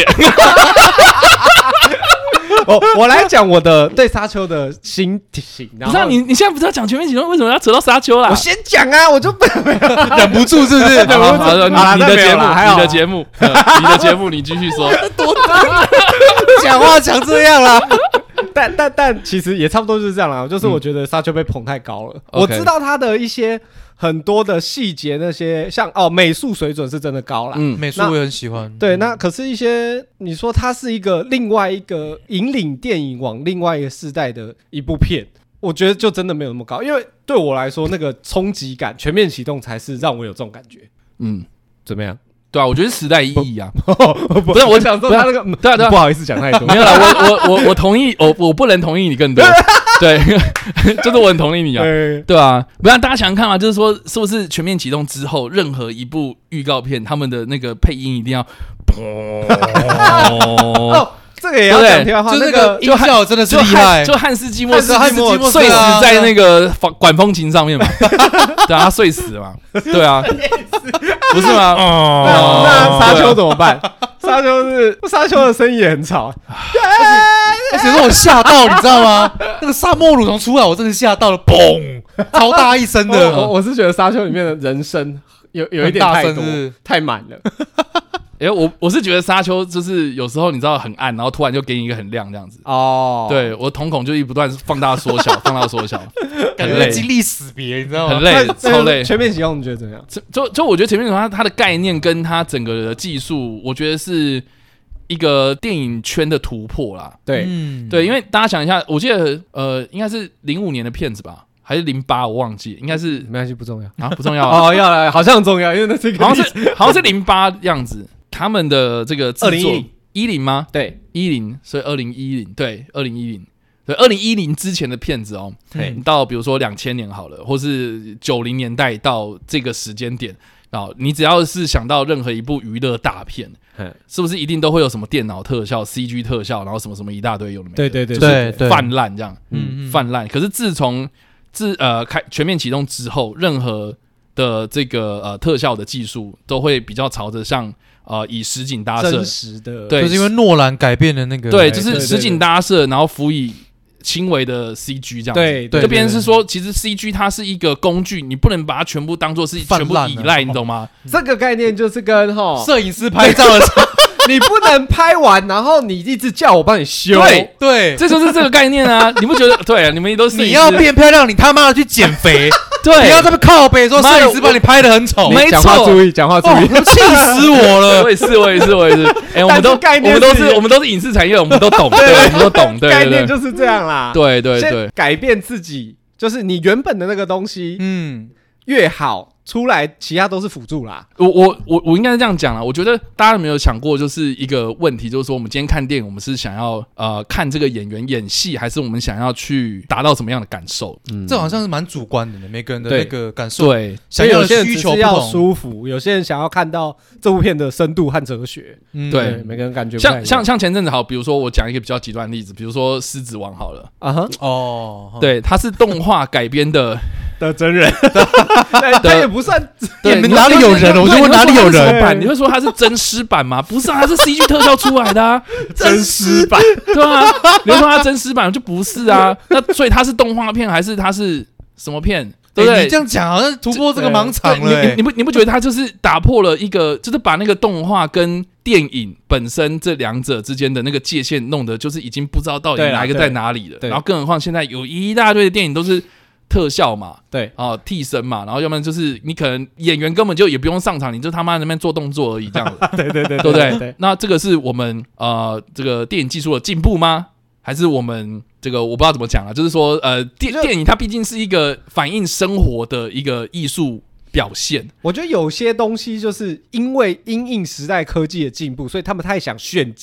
我我来讲我的对沙丘的心情。 不是、啊、你你现在不是要讲全面启动，为什么要扯到沙丘啦？ 我先讲啊，我就忍不住，是不是？忍不住。 好，你的节目，你的节目，你的节目，你继续说。 多讲话讲这样啦。 但但但其实也差不多就是这样啦，就是我觉得沙丘被捧太高了。嗯、我知道他的一些很多的细节，那些像哦美术水准是真的高啦， 嗯，美术我也很喜欢。 对，那可是一些你说它是一个另外一个引领电影往另外一个世代的一部片，我觉得就真的没有那么高，因为对我来说那个冲击感，全面启动才是让我有这种感觉。嗯，怎么样？ 对啊，我觉得时代意义啊， 不, 不是我想说他那个， 对啊对啊， 不好意思讲太多， 没有啦，我我我我同意，我我不能同意你更多，对，就是我很同意你啊，对, 对啊，不然大家想想看嘛，就是说是不是全面启动之后，任何一部预告片，他们的那个配音一定要， 哦，这个也要讲题外话， 就那个音效真的是厉害， 就汉斯季默斯汉斯季默睡死在那个管风琴上面嘛，对啊，他睡死了嘛，对啊。不是吗？ 哦，那沙丘怎么办？沙丘是沙丘的声音也很吵， 而且让我吓到，你知道吗？那个沙漠蠕虫出来，我真的吓到了，嘣，超大一声的。 我我是觉得沙丘里面的人声有有一点太多，太满了。 哎、欸，我我是觉得沙丘就是有时候你知道很暗，然后突然就给你一个很亮这样子。哦，对我瞳孔就一不断放大缩小，放大缩小， 很累，经历死别，你知道吗？ 很累，超累。 全面启动你觉得怎么样？ 就就我觉得全面启动它它的概念跟它整个的技术，我觉得是一个电影圈的突破啦。 对， 嗯、对，因为大家想一下，我记得呃应该是零五年的片子吧。还是零八，我忘记，应该是没关系，不重要啊，不重要啊哦，要来，好像很重要，因为那是一个好像是好像是零八样子，他们的这个制作一零吗？ 对， 一零，所以二零一零，对，二零一零，对，二零一零之前的片子哦，嗯、到比如说两千年好了，或是九零年代到这个时间点，哦，你只要是想到任何一部娱乐大片。是不是一定都会有什么电脑特效、C G 特效，然后什么什么一大堆有的没的？ 对对对， 就是泛滥这样，嗯，泛滥。可是自从自呃开全面启动之后，任何的这个呃特效的技术都会比较朝着像呃以实景搭设， 真实的， 对，就是因为诺兰改变了那个， 对，就是实景搭设，然后辅以轻微的 C G 这样子， 对对， 这边是说，其实 C G 它是一个工具，你不能把它全部当做是全部依赖，你懂吗？ 这个概念就是跟齁摄影师拍照的时候。 你不能拍完，然后你一直叫我帮你修。 对对， 这就是这个概念啊！你不觉得？对啊，你们都是你要变漂亮，你他妈的去减肥。 对， 不要这么靠北说摄影师把你拍得很丑。 没错， 讲话注意，讲话注意， 气死我了！ 我也是，我也是，我也是。哎，我们都我们都是我们都是影视产业，我们都懂，对，我们都懂。对， 概念就是这样啦。 对对对， 改变自己，就是你原本的那个东西，嗯，越好。出来，其他都是辅助啦。 我我我我应该是这样讲啦。我觉得大家有没有想过，就是一个问题，就是说我们今天看电影，我们是想要呃看这个演员演戏，还是我们想要去达到什么样的感受？ 嗯，这好像是蛮主观的，每个人的那个感受。 对， 想要的需求不同，要舒服，有些人想要看到这部片的深度和哲学。嗯，对，每个人感觉不太一样。 像像像前阵子好，比如说我讲一个比较极端的例子，比如说《狮子王》好了。啊哈，哦，对，它是动画改编的。 的真人，他也不算， 你们哪里有人？我就问哪里有人？ 你会说他是真狮版吗？不是啊，他是 C G 特效出来的啊， 真狮版， 对啊，你会说他真狮版就不是啊？那所以他是动画片还是他是什么片？对不对？ 你这样讲好像突破这个盲场了。 你你不你不觉得他就是打破了一个，就是把那个动画跟电影本身这两者之间的那个界限弄得就是已经不知道到底哪一个在哪里了。然后更何况现在有一大堆的电影都是。特效嘛， 对啊，替身嘛，然后要不然就是你可能演员根本就也不用上场，你就他妈在那边做动作而已，这样子， 对对对， 对不对？对那这个是我们呃这个电影技术的进步吗？还是我们这个我不知道怎么讲啊？就是说呃电电影它毕竟是一个反映生活的一个艺术表现。 我觉得有些东西就是因为因应时代科技的进步，所以他们太想炫技。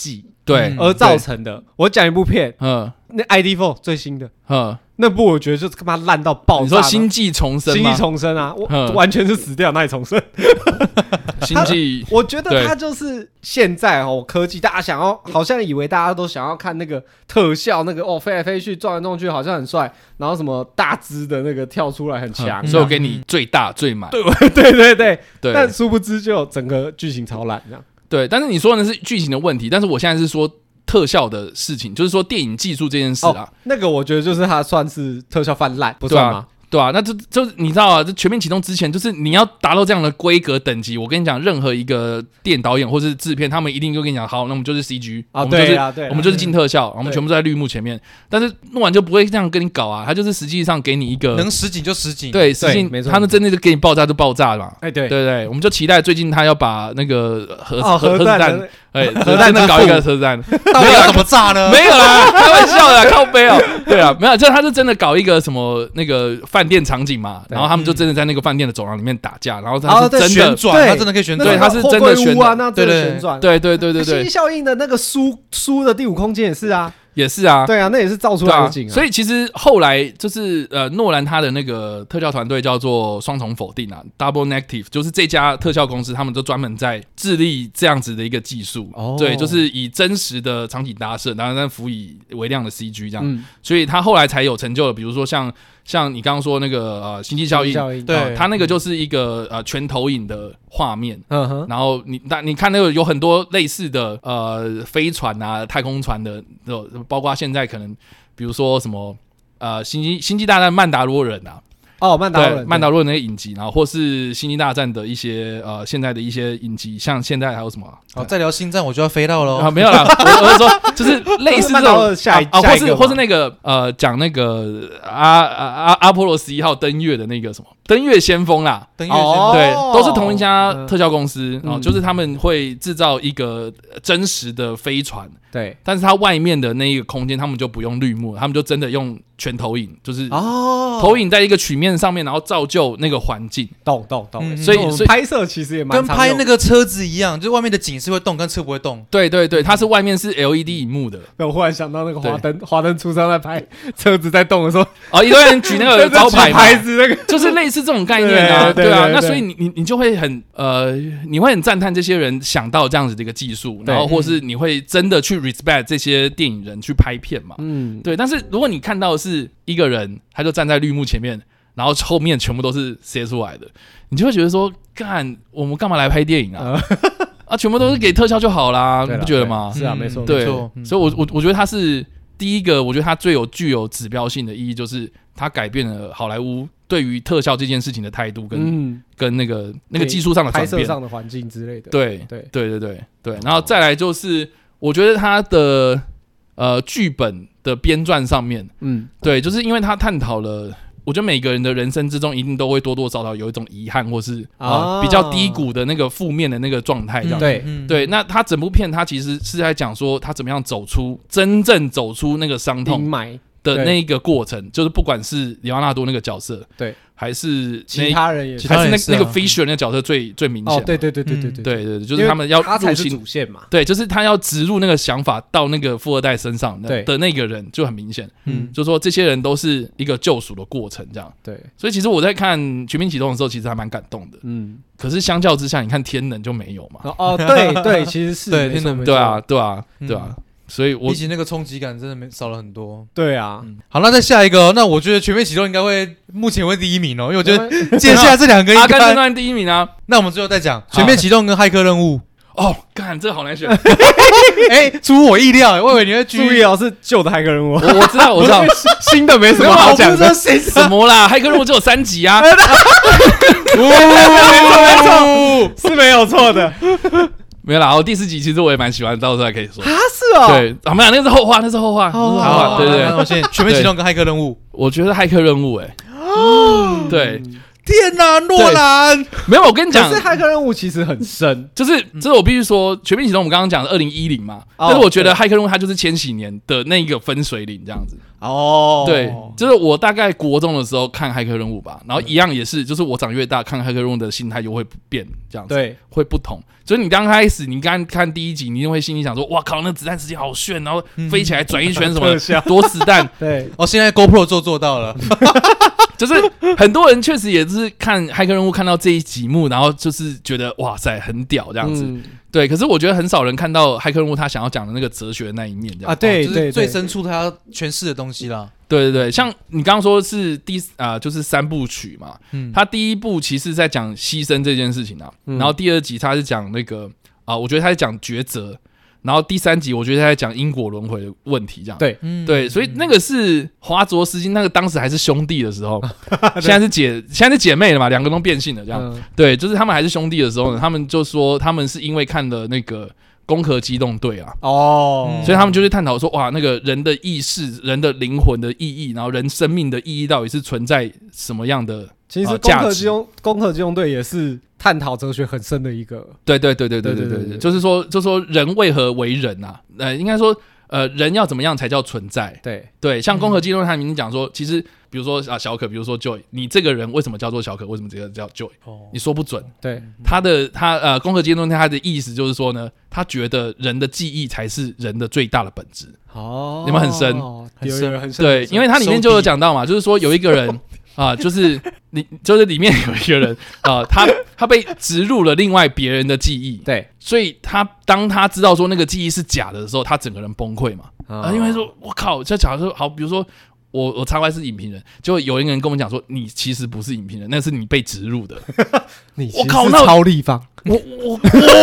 对而造成的。我讲一部片，嗯，那 I D 四 最新的，嗯。那部我觉得就是他妈烂到爆炸。 你说星际重生吗？ 星际重生啊，我完全是死掉，那里重生。 星际， 我觉得它就是现在哦，科技大家想要，好像以为大家都想要看那个特效，那个哦飞来飞去、撞来撞去，好像很帅，然后什么大只的那个跳出来很强， 所以我给你最大最满。 对对对对对，但殊不知就整个剧情超烂这样。 对，但是你说的是剧情的问题，但是我现在是说。特效的事情，就是说电影技术这件事啊、哦， 那个我觉得就是它算是特效泛滥，不算吗？ 对啊，那这就你知道啊，这全面启动之前，就是你要达到这样的规格等级，我跟你讲，任何一个电影导演或是制片，他们一定就跟你讲，好，那我们就是 C G 啊， 我们就是对啊，对， 我们就是进特效，我们全部都在绿幕前面。但是诺兰就不会这样跟你搞啊，他就是实际上给你一个能实景就实景， 对，实景，他们真的就给你爆炸就爆炸了嘛。 哎，对对对，我们就期待最近他要把那个核核核子弹，哎， 核弹真的搞一个核子弹， 到底要怎么炸呢？ 没有啦，开玩笑的，靠背哦。对啊，没有，这他是真的搞一个什么那个饭店场景嘛。然后他们就真的在那个饭店的走廊里面打架，然后他是真的旋转，他真的可以旋转， 对，他是真的旋转， 对对旋转， 对对对对对。 星际效应的那个书书的第五空间也是啊， 也是啊， 对啊，那也是造出来的景啊。 所以其实后来就是呃，诺兰他的那个特效团队叫做双重否定啊 ，Double Negative， 就是这家特效公司，他们都专门在致力这样子的一个技术，哦、对，就是以真实的场景搭设，然后再辅以微量的 C G 这样，嗯、所以他后来才有成就了，比如说像。像你刚刚说那个呃星际效应， 对、 呃，它那个就是一个呃全投影的画面，嗯哼，然后你那你看那个有很多类似的呃飞船啊、太空船的，包括现在可能比如说什么呃星际星际大战曼达洛人啊。 哦，曼达洛人， 曼达洛人那个影集，然后或是星际大战的一些呃现在的一些影集，像现在还有什么？ 哦，再聊星战我就要飞到了啊，没有啦，我我是说就是类似这种下一啊，或是或是那个呃讲那个阿阿阿波罗十一号登月的那个什么登月先锋啦， 登月先锋对，都是同一家特效公司，然后就是他们会制造一个真实的飞船， 对， 但是它外面的那一个空间，他们就不用绿幕，他们就真的用全投影，就是哦，投影在一个曲面上面，然后造就那个环境， 动动动， 所以所以拍摄其实也蛮跟拍那个车子一样，就是外面的景是会动，跟车不会动。 对对对，它是外面是 L E D 萤幕的。 我忽然想到那个华灯，华灯初上在拍车子在动的时候， 哦，一堆人举那个招牌牌子，那个就是类似这种概念啊，对啊，那所以你你你就会很呃，你会很赞叹这些人想到这样子的一个技术，然后或是你会真的去 respect 这些电影人去拍片嘛，嗯，对。但是如果你看到的是一个人，他就站在绿幕前面，然后后面全部都是切出来的，你就会觉得说，干，我们干嘛来拍电影啊？啊，全部都是给特效就好啦，你不觉得吗？ 是啊，没错， 对， 没错。 所以我，我我我觉得它是第一个，我觉得它最有具有指标性的意义，就是它改变了好莱坞对于特效这件事情的态度跟，跟、嗯、跟那个那个技术上的转变、 拍摄上的环境之类的。 对对对对对对。然后再来就是，我觉得它的呃剧本的编撰上面，嗯，对，就是因为它探讨了。我觉得每个人的人生之中，一定都会多多少少有一种遗憾，或是啊、呃、比较低谷的那个负面的那个状态，这样、 嗯、对、 嗯、对。那他整部片，他其实是在讲说，他怎么样走出真正走出那个伤痛的那个过程，就是不管是里奥纳多那个角色， 对， 还是其他人也是， 还是那那个 Fisher 那个角色最最明显。 哦，对对对对对对对对，就是他们要他才是主线嘛。 对，就是他要植入那个想法到那个富二代身上的的那个人就很明显。嗯，就说这些人都是一个救赎的过程，这样。 对， 所以其实我在看《全面启动》的时候，其实还蛮感动的。嗯，可是相较之下，你看《天能》就没有嘛。 哦，对对，其实是对天能， 对啊，对啊，对啊。所以我比起那个冲击感真的没少了很多。 对啊、 嗯，好，那再下一个、哦，那我觉得全面启动应该会目前会第一名哦，因为我觉得接下来这两个应该阿甘正传第一名啊。 那我们最后再讲全面启动跟骇客任务。 哦，干，这个好难选。 哎、欸，出乎我意料，我以为你会注意哦，是旧的骇客任务。 我我知道，我知道， 新的没什么好讲的。 什么啦？骇客任务只有三集啊。 没错没错，是没有错的。 没有啦，我第四集其实我也蛮喜欢，到时候还可以说啊，是哦， 对，啊，没有，那是后话，那是后话， 后话，对对对。 那我先全面启动跟骇客任务， 我觉得骇客任务，哎，哦，对， 天哪，诺兰， 没有，我跟你讲， 可是骇客任务其实很深， 就是，这是我必须说，全面启动我们刚刚讲的二零一零嘛，但是我觉得骇客任务它就是千禧年的那个分水岭这样子。 哦， 对，就是我大概国中的时候看骇客任务吧，然后一样也是，就是我长越大看骇客任务的心态就会变，这样子， 对， 会不同。所以你刚开始你刚看第一集，你就会心里想说，哇靠，那子弹时间好炫，然后飞起来转一圈什么的，躲子弹。 对， 哦，现在 GoPro 做做到了。 就是很多人确实也是看骇客任务看到这一集幕，然后就是觉得哇塞很屌这样子，嗯、对。可是我觉得很少人看到骇客任务他想要讲的那个哲学的那一面，这样啊，对， 哦、就是最深处他要诠释的东西啦。 对对对，像你刚刚说是第啊、呃，就是三部曲嘛，嗯，他第一部其实在讲牺牲这件事情啊，嗯、然后第二集他是讲那个啊、呃，我觉得他在讲抉择。然后第三集，我觉得他在讲因果轮回的问题，这样对， 嗯、对，所以那个是华卓斯基，那个当时还是兄弟的时候，现在是姐，现在是姐妹了嘛，两个都变性了，这样，嗯、对，就是他们还是兄弟的时候呢，他们就说他们是因为看了那个《攻壳机动队》啊，哦，所以他们就去探讨说，哇，那个人的意识、人的灵魂的意义，然后人生命的意义到底是存在什么样的？ 其实《攻壳机动攻壳机动队》也是探讨哲学很深的一个， 对对对对对对 对, 对, 对，就是说，就是说人为何为人啊？呃，应该说，呃，人要怎么样才叫存在？对对，像《攻壳机动队》他明明讲说，其实比如说啊，小可，比如说 Joy， 你这个人为什么叫做小可？为什么这个叫 Joy？、哦、你说不准。对，他的他呃，《攻壳机动队》他的意思就是说呢，他觉得人的记忆才是人的最大的本质。哦，有没有很深？ 很深，很深。 对，因为它里面就有讲到嘛，就是说有一个人。啊，就是你，就是里面有一个人啊、呃，他他被植入了另外别人的记忆，对，所以他当他知道说那个记忆是假的时候，他整个人崩溃嘛，啊、呃，因为说我靠，就假如说好，比如说我我叉 Y 是影评人，就有一个人跟我讲说，你其实不是影评人，那是你被植入的， 你其实是超立方， 我我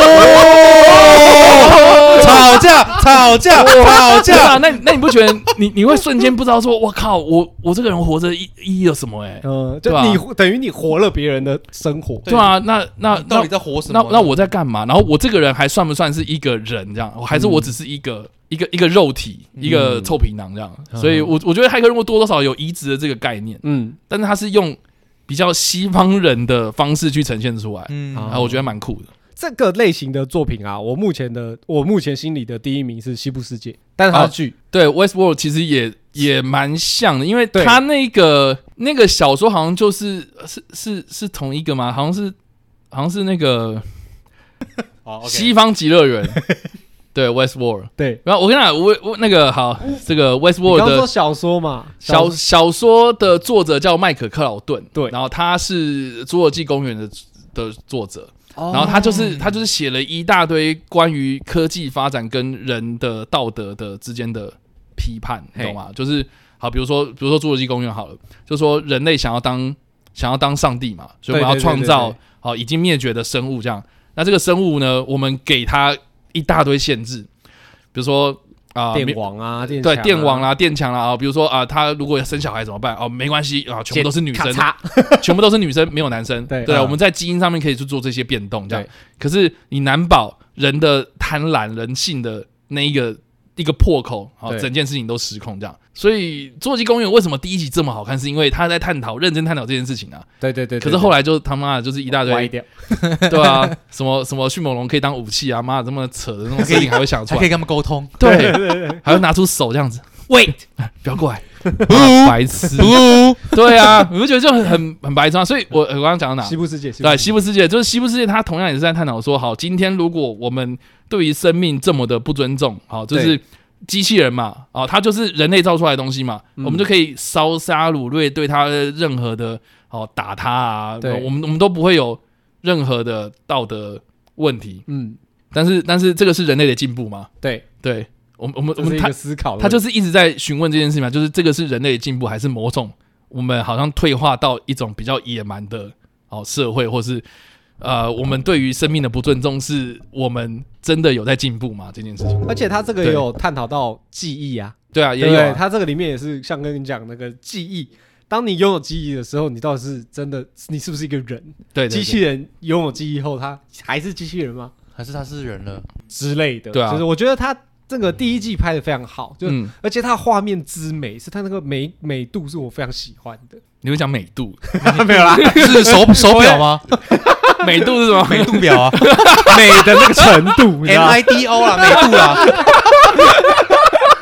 吵架吵架吵架， 那那你不觉得你你会瞬间不知道说，我靠，我我这个人活着意意义有什么？哎， 嗯，就你等于你活了别人的生活， 对啊，那那到底在活什么？ 那那我在干嘛？然后我这个人还算不算是一个人？这样，还是我只是一个？一个一个肉体，一个臭皮囊这样，嗯、所以我我觉得骇客任务多多少少有移植的这个概念，嗯，但是它是用比较西方人的方式去呈现出来，嗯，啊，我觉得蛮酷的。 这个类型的作品啊，我目前的我目前心里的第一名是《西部世界》，但是它的剧、啊、 对 Westworld 其实也也蛮像的，因为它那个那个小说好像就是是是是同一个吗？好像是好像是那个西方极乐园。对 Westworld， 对，然后我跟你讲，我我那个好，这个 Westworld 的， 你刚说小说嘛， 小小说的作者叫麦可克劳顿，对，然后他是《侏罗纪公园》的的作者，哦、然后他就是他就是写了一大堆关于科技发展跟人的道德的之间的批判，你懂吗？就是好，比如说比如说《侏罗纪公园》好了，就说人类想要当想要当上帝嘛，所以我们要创造好已经灭绝的生物，这样，那这个生物呢，我们给它一大堆限制，比如说啊、 呃，电网啊，电对电网啦、电墙啦啊，比如说啊、呃，他如果要生小孩怎么办？哦，没关系啊，全部都是女生，全部都是女生，没有男生。对对、啊，我们在基因上面可以去做这些变动，这样。可是你难保人的贪婪、人性的那一个一个破口，好，整件事情都失控这样。所以《侏罗纪公园》为什么第一集这么好看？是因为他在探讨、认真探讨这件事情啊。 对对 对, 对。 可是后来就他妈的就是一大堆歪掉， 对啊，什么什么迅猛龙可以当武器啊，妈的这么扯的那种事情还会想出来， 还可以跟他们沟通， 对对对，还会拿出手这样子 ，wait， 不要过来，白痴，对啊，我就觉得就很很很白痴啊。所以我我刚刚讲到哪？ 西部世界， 对，西部世界就是西部世界，它同样也是在探讨说，好，今天如果我们对于生命这么的不尊重，好，就是。机器人嘛，哦，它就是人类造出来的东西嘛，嗯、我们就可以烧杀掳掠，对它任何的哦打它啊，我们我们都不会有任何的道德问题。嗯，但是但是这个是人类的进步嘛？对对，我们我们我们他思考， 他就是一直在询问这件事情嘛，就是这个是人类的进步，还是某种我们好像退化到一种比较野蛮的哦社会，或是。呃，我们对于生命的不尊重，是我们真的有在进步吗？这件事情， 而且他这个也有探讨到记忆啊， 对啊，也有、啊。 他这个里面也是像跟你讲那个记忆，当你拥有记忆的时候，你到底是真的，你是不是一个人？对, 对, 对，机器人拥有记忆后，他还是机器人吗？ 还是他是人了之类的？ 对啊， 就是我觉得他这个第一季拍的非常好，就、嗯、而且他画面之美，是他那个美美度是我非常喜欢的。 你会讲美度？ 没有啦， 是手手表吗？ 美度是什么？ 美度表啊， 美的那个程度 ，M I D O 啦，美度啊。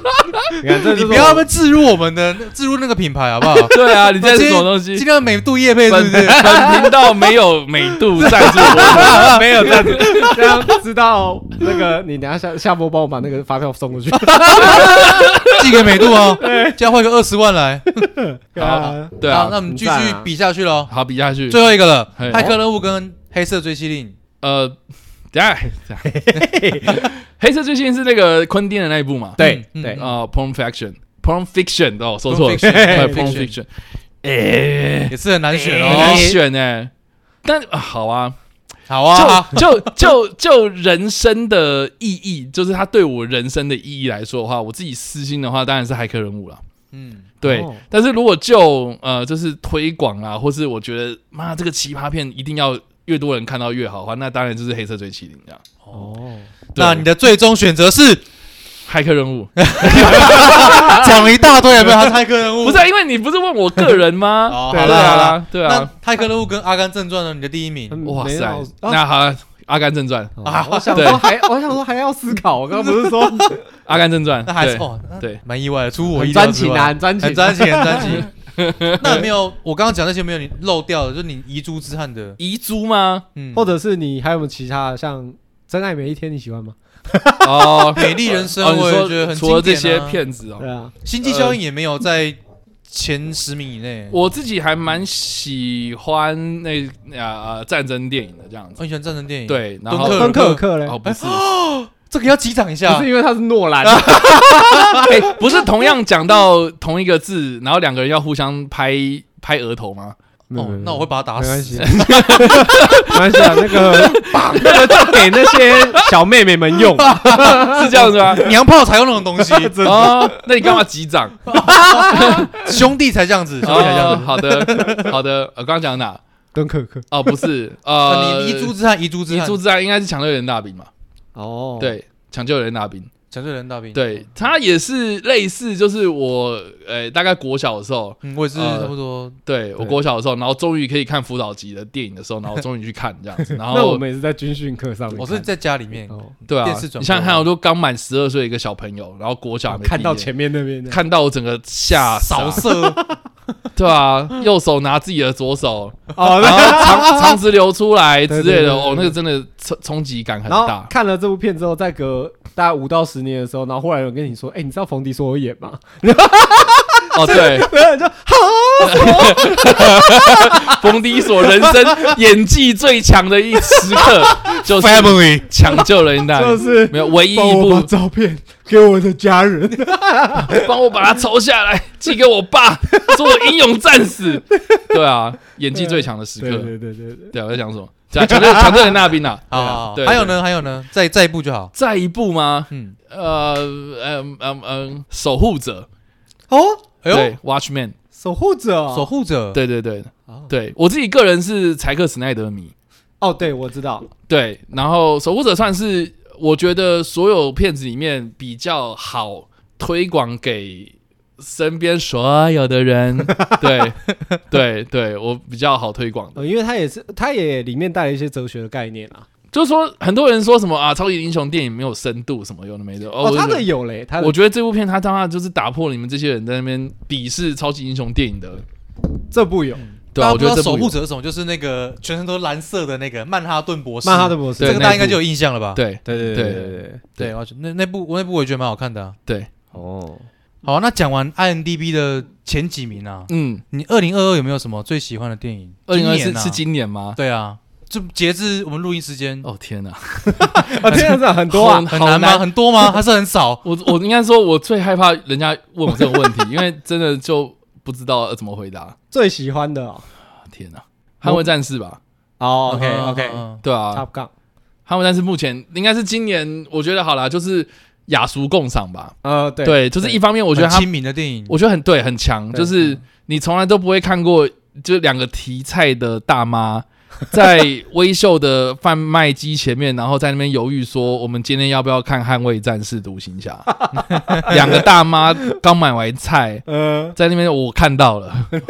你看，这你不要们置入我们的置入那个品牌好不好？ 对啊，你这是什么东西？ 今天的美度业配是不是？ 本频道没有美度赞助我， 没有赞助，这样知道那个你等下下下播帮我把那个发票送过去， 寄给美度哦，这样汇个二十万来。 好，对啊， 那我们继续比下去喽。 好，比下去， 最后一个了，骇客任务跟黑色追击令。 呃，等下，黑色追击令是那个昆汀的那一部嘛？ 对对啊 ，Porn Fiction，Porn Fiction 哦，说错了 ，Porn Fiction， 哎， 也是很难选哦， 难选哎。但好啊， 好啊， 就就就就人生的意义，就是他对我人生的意义来说的话，我自己私心的话，当然是骇客任务了。嗯，对。哦、但是如果就呃，就是推广啊，或是我觉得妈这个奇葩片一定要越多人看到越好的话，那当然就是黑色追击令这样。哦， 那你的最终选择是骇客任务？ 讲了一大堆，有没有？他是骇客任务？ 不是、啊，因为你不是问我个人吗？ 哦， 好了好了，对啊。 那骇客任务跟《阿甘正传》呢？你的第一名？ 哇塞，那好了。阿甘正传啊，我想说还，我想说还要思考。我刚刚不是说阿甘正传， 那还是哦，对，蛮意外的，出乎我意料之外。很专情啊， 很专情，很专情。那有没有我刚刚讲那些没有你漏掉的，就是你遗珠之憾的遗珠吗？ 嗯，或者是你还有没有其他像《真爱每一天》，你喜欢吗？ 哦，美丽人生，我也觉得很除了这些片子哦， 对啊， 星际效应也没有在前十名以内。 我自己还蛮喜欢那啊战争电影的这样子， 很喜欢战争电影。 对，然后敦刻尔克嘞， 哦不是， 这个要击掌一下， 不是因为他是诺兰， 哎，不是同样讲到同一个字，然后两个人要互相拍拍额头吗？ 哦，那我会把他打死。 没关系，没关系啊，那个那个就给那些小妹妹们用， 是这样子吗？ 娘炮才用那种东西哦，那你干嘛击掌？ 兄弟才这样子，兄弟才这样子。 好的，好的。我刚刚讲哪？ 敦刻尔克。 哦，不是，呃， 你遗珠之憾，遗珠之憾， 遗珠之憾应该是抢救人大兵嘛？ 哦， 对，抢救人大兵。 抢救人大兵， 对，他也是类似，就是我，呃，大概国小的时候， 嗯，我也是差不多， 呃、对我国小的时候，然后终于可以看辅导级的电影的时候，然后终于去看这样子，然后那我们也是在军训课上面， 我是在家里面，哦、 对啊，你想想看，我都刚满十二岁一个小朋友，然后国小还没看到前面那边， 看到我整个吓扫射， 对啊，右手拿自己的左手，哦，然后肠肠子流出来之类的，哦，那个真的冲冲击感很大。 看了这部片之后，再隔大概五到十年的时候，然后忽然有人跟你说：“哎、欸，你知道冯迪所有演吗？” 哦，对， 然后你就哈，冯迪所人生演技最强的一时刻，就是 Family 抢救人大， 就是没有唯一一部照片给我的家人， 帮我把它抽下来寄给我爸，做我英勇战士。对啊，演技最强的时刻。 对对对对对， 对，我在讲什么？抢救抢救人大兵啊！ 啊，还有呢，还有呢，再再一部就好。 再一部吗？嗯，呃，嗯嗯嗯，守护者。 哦， 对 ，Watchman， 守护者， 守护者， 对对对，对我自己个人是柴克史奈德迷。 哦，对，我知道。 对，然后守护者算是我觉得所有片子里面比较好推广给身边所有的人，对对对，我比较好推广的， 呃，因为它也是，它也里面带了一些哲学的概念啊。 就是说，很多人说什么啊，超级英雄电影没有深度，什么有的没的。 哦，他的有嘞，他的我觉得这部片他当然就是打破你们这些人在那边鄙视超级英雄电影的。 这部有， 对啊，我觉得这守护者是什么？就是那个全身都蓝色的那个曼哈顿博士。 曼哈顿博士， 这个大家应该就有印象了吧？ 对对对对对对对，那那部那部我也觉得蛮好看的。 对， 哦，好，那讲完 I M D B 的前几名啊，嗯，你二零二二有没有什么最喜欢的电影？ 二零二四是今年吗？ 对啊。就截至我们录音时间， 哦天哪！ 啊天哪，很多啊， 很难吗？很多吗？还是很少？ 我我应该说，我最害怕人家问我这种问题，因为真的就不知道要怎么回答。 最喜欢的、哦， 天哪，捍卫战士吧？ 哦 ，OK OK， 对啊 ，Top Gun， 捍卫战士目前应该是今年，我觉得好啦，就是雅俗共赏吧。 呃，对对，就是一方面，我觉得他亲民的电影， 我觉得很对，很强，就是你从来都不会看过，就两个提菜的大妈。在微秀的贩卖机前面，然后在那边犹豫说：“我们今天要不要看《捍卫战士》独行侠？”两个大妈刚买完菜，呃，在那边我看到了，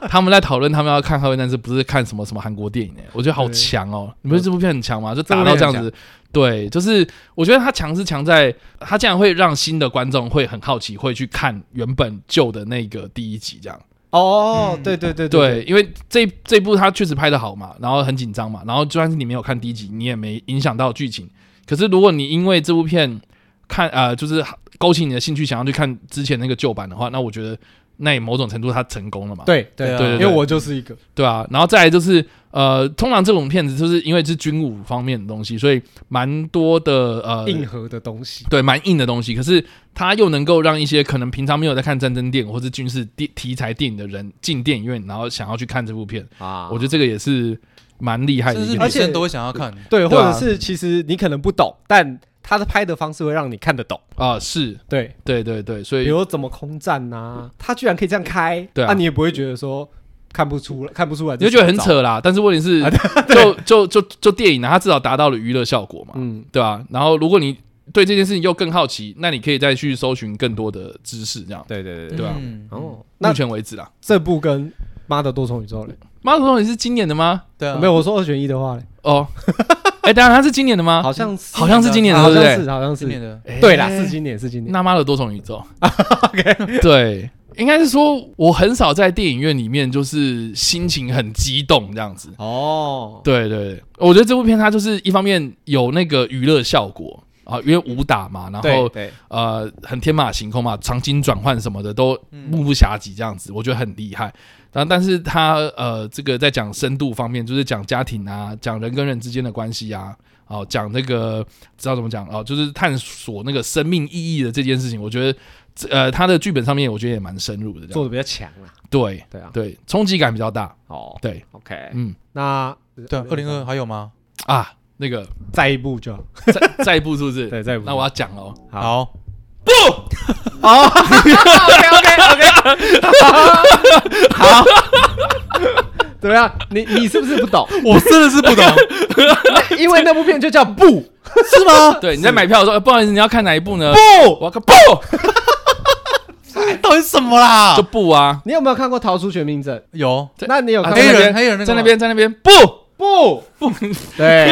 他们在讨论他们要看《捍卫战士》，不是看什么什么韩国电影哎、欸，我觉得好强哦、喔！你不是这部片很强吗？就打到这样子，对，就是我觉得他强是强在，他竟然会让新的观众会很好奇，会去看原本旧的那个第一集这样。 哦，嗯、对对对 对, 对，因为这这部他确实拍得好嘛，然后很紧张嘛，然后就算是你没有看第一集，你也没影响到剧情。可是如果你因为这部片看呃，就是勾起你的兴趣，想要去看之前那个旧版的话，那我觉得那也某种程度他成功了嘛。 对对 对, 对, 对, 对，因为我就是一个对啊，然后再来就是呃，通常这种片子就是因为是军武方面的东西，所以蛮多的呃硬核的东西， 对，蛮硬的东西。可是它又能够让一些可能平常没有在看战争电影或是军事题材电影的人进电影院，然后想要去看这部片啊，我觉得这个也是蛮厉害的一件事， 而且都会想要看。 对，或者是其实你可能不懂，但他的拍的方式会让你看得懂啊，是对对对对，所以比如怎么空战啊，他居然可以这样开，对啊，你也不会觉得说看不出来，看不出来， 你就觉得很扯啦。但是问题是，就就就就电影呢，它至少达到了娱乐效果嘛，嗯，对吧？然后如果你对这件事情又更好奇，那你可以再去搜寻更多的知识，这样， 对对对对吧？哦，目前为止啦， 这部跟《妈的多重宇宙》嘞，《 妈的多重宇宙》是今年的吗？ 对啊，没有，我说二选一的话嘞， 哦。哎、欸，当然它是今年的吗？ 好像是， 好像是今年的，对不对？ 好像是，好像是今年的。欸、对啦，是今年，是今年。 那妈的多重宇宙，OK， 对，应该是说，我很少在电影院里面就是心情很激动这样子。哦，对对对，我觉得这部片它就是一方面有那个娱乐效果啊，因为武打嘛，然后呃很天马行空嘛，场景转换什么的都目不暇接这样子，我觉得很厉害。但是他呃，这个在讲深度方面，就是讲家庭啊，讲人跟人之间的关系啊，哦，讲那个知道怎么讲哦，就是探索那个生命意义的这件事情，我觉得呃，他的剧本上面我觉得也蛮深入的， 做的比较强啊。 对对啊， 对，冲击感比较大。 哦， 对 ，OK， 嗯， 那对，二零二还有吗？ 啊，那个再一步就好再再一步是不是？ 对，再一步。 那我要讲哦， 好。 不， 好 ，OK OK OK， 好，怎么样？你你是不是不懂？ 我真的是不懂， 因为那部片就叫不， 是吗？ 对，你在买票的时候，不好意思，你要看哪一部呢？ 不， 我要看不， 到底是什么啦？ 就不啊！ 你有没有看过《逃出绝命镇》？ 有， 那你有看黑人？黑人在那边，在那边，不不不，对。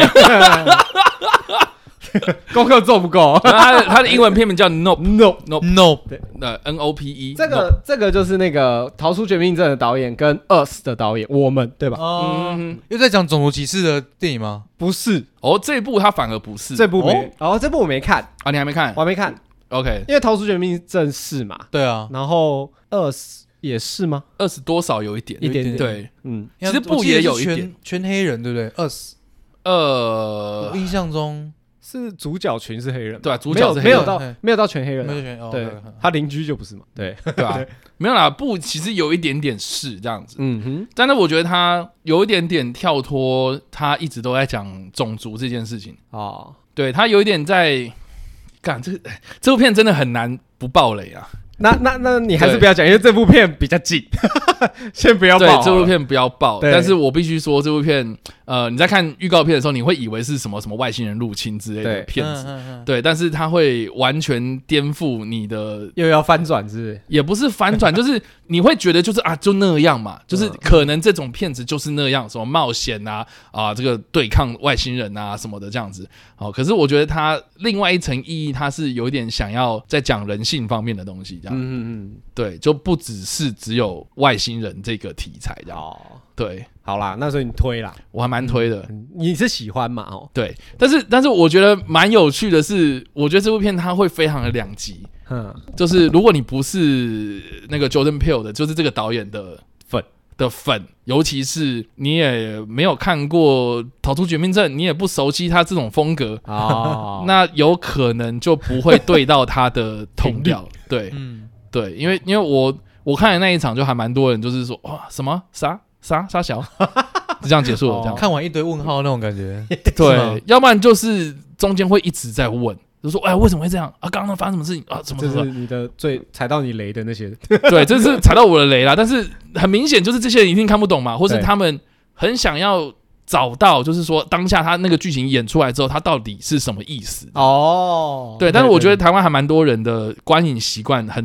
功课做不够， 他的他的英文片名叫 Nope Nope Nope Nope， 对，呃 N O P E， 这个这个就是那个《逃出绝命镇》的导演跟 Us 的导演，我们对吧？ 嗯，又在讲种族歧视的电影吗？ 不是， 哦，这部他反而不是， 这部没，哦，这部我没看啊，你还没看？ 我还没看 ，OK， 因为《逃出绝命镇》是嘛， 对啊， 然后 Us 也是吗？ Us 多少有一点， 一点点， 对， 嗯， 其实不也有一点， 全黑人对不对 ？Us， 呃， 我印象中。 是主角群是黑人， 对啊，主角是黑人， 没有到没有到全黑人， 没有全， 对，他邻居就不是嘛，对对吧？没有啦，不，其实有一点点是这样子， 嗯哼， 但是我觉得他有一点点跳脱，他一直都在讲种族这件事情哦，对他有一点在干这个这部片真的很难不爆雷啊。 那那那你还是不要讲，因为这部片比较近，先不要爆。 对，这部片不要爆。但是我必须说，这部片，呃，你在看预告片的时候，你会以为是什么什么外星人入侵之类的片子，对，嗯嗯嗯、对，但是它会完全颠覆你的， 又要翻转，是不是？ 也不是翻转，就是你会觉得就是啊，就那样嘛，就是可能这种片子就是那样，什么冒险啊啊，这个对抗外星人啊什么的这样子。好，可是我觉得它另外一层意义，它是有一点想要在讲人性方面的东西。嗯嗯嗯，对，就不只是只有外星人这个题材这样。哦，对， 好啦，那所以你推啦， 我还蛮推的。 嗯、你是喜欢嘛？哦， 对，但是但是我觉得蛮有趣的是，我觉得这部片它会非常的两极。嗯，就是如果你不是那个 Jordan Peele 的，就是这个导演的粉的粉，尤其是你也没有看过《逃出绝命镇》，你也不熟悉他这种风格哦，那有可能就不会对到他的痛调。对，嗯，对，因为因为我我看的那一场就还蛮多人就是说哇什么啥啥啥小，就这样结束了，这样、 哦、看完一堆问号那种感觉。 对，要不然就是中间会一直在问。就说哎，为什么会这样啊？刚刚发生什么事情啊？什么什么？ 这是你的最踩到你雷的那些人。 对，这是踩到我的雷啦。但是很明显，就是这些人一定看不懂嘛，或是他们很想要找到，就是说当下他那个剧情演出来之后，他到底是什么意思？哦，对。但是我觉得台湾还蛮多人的观影习惯很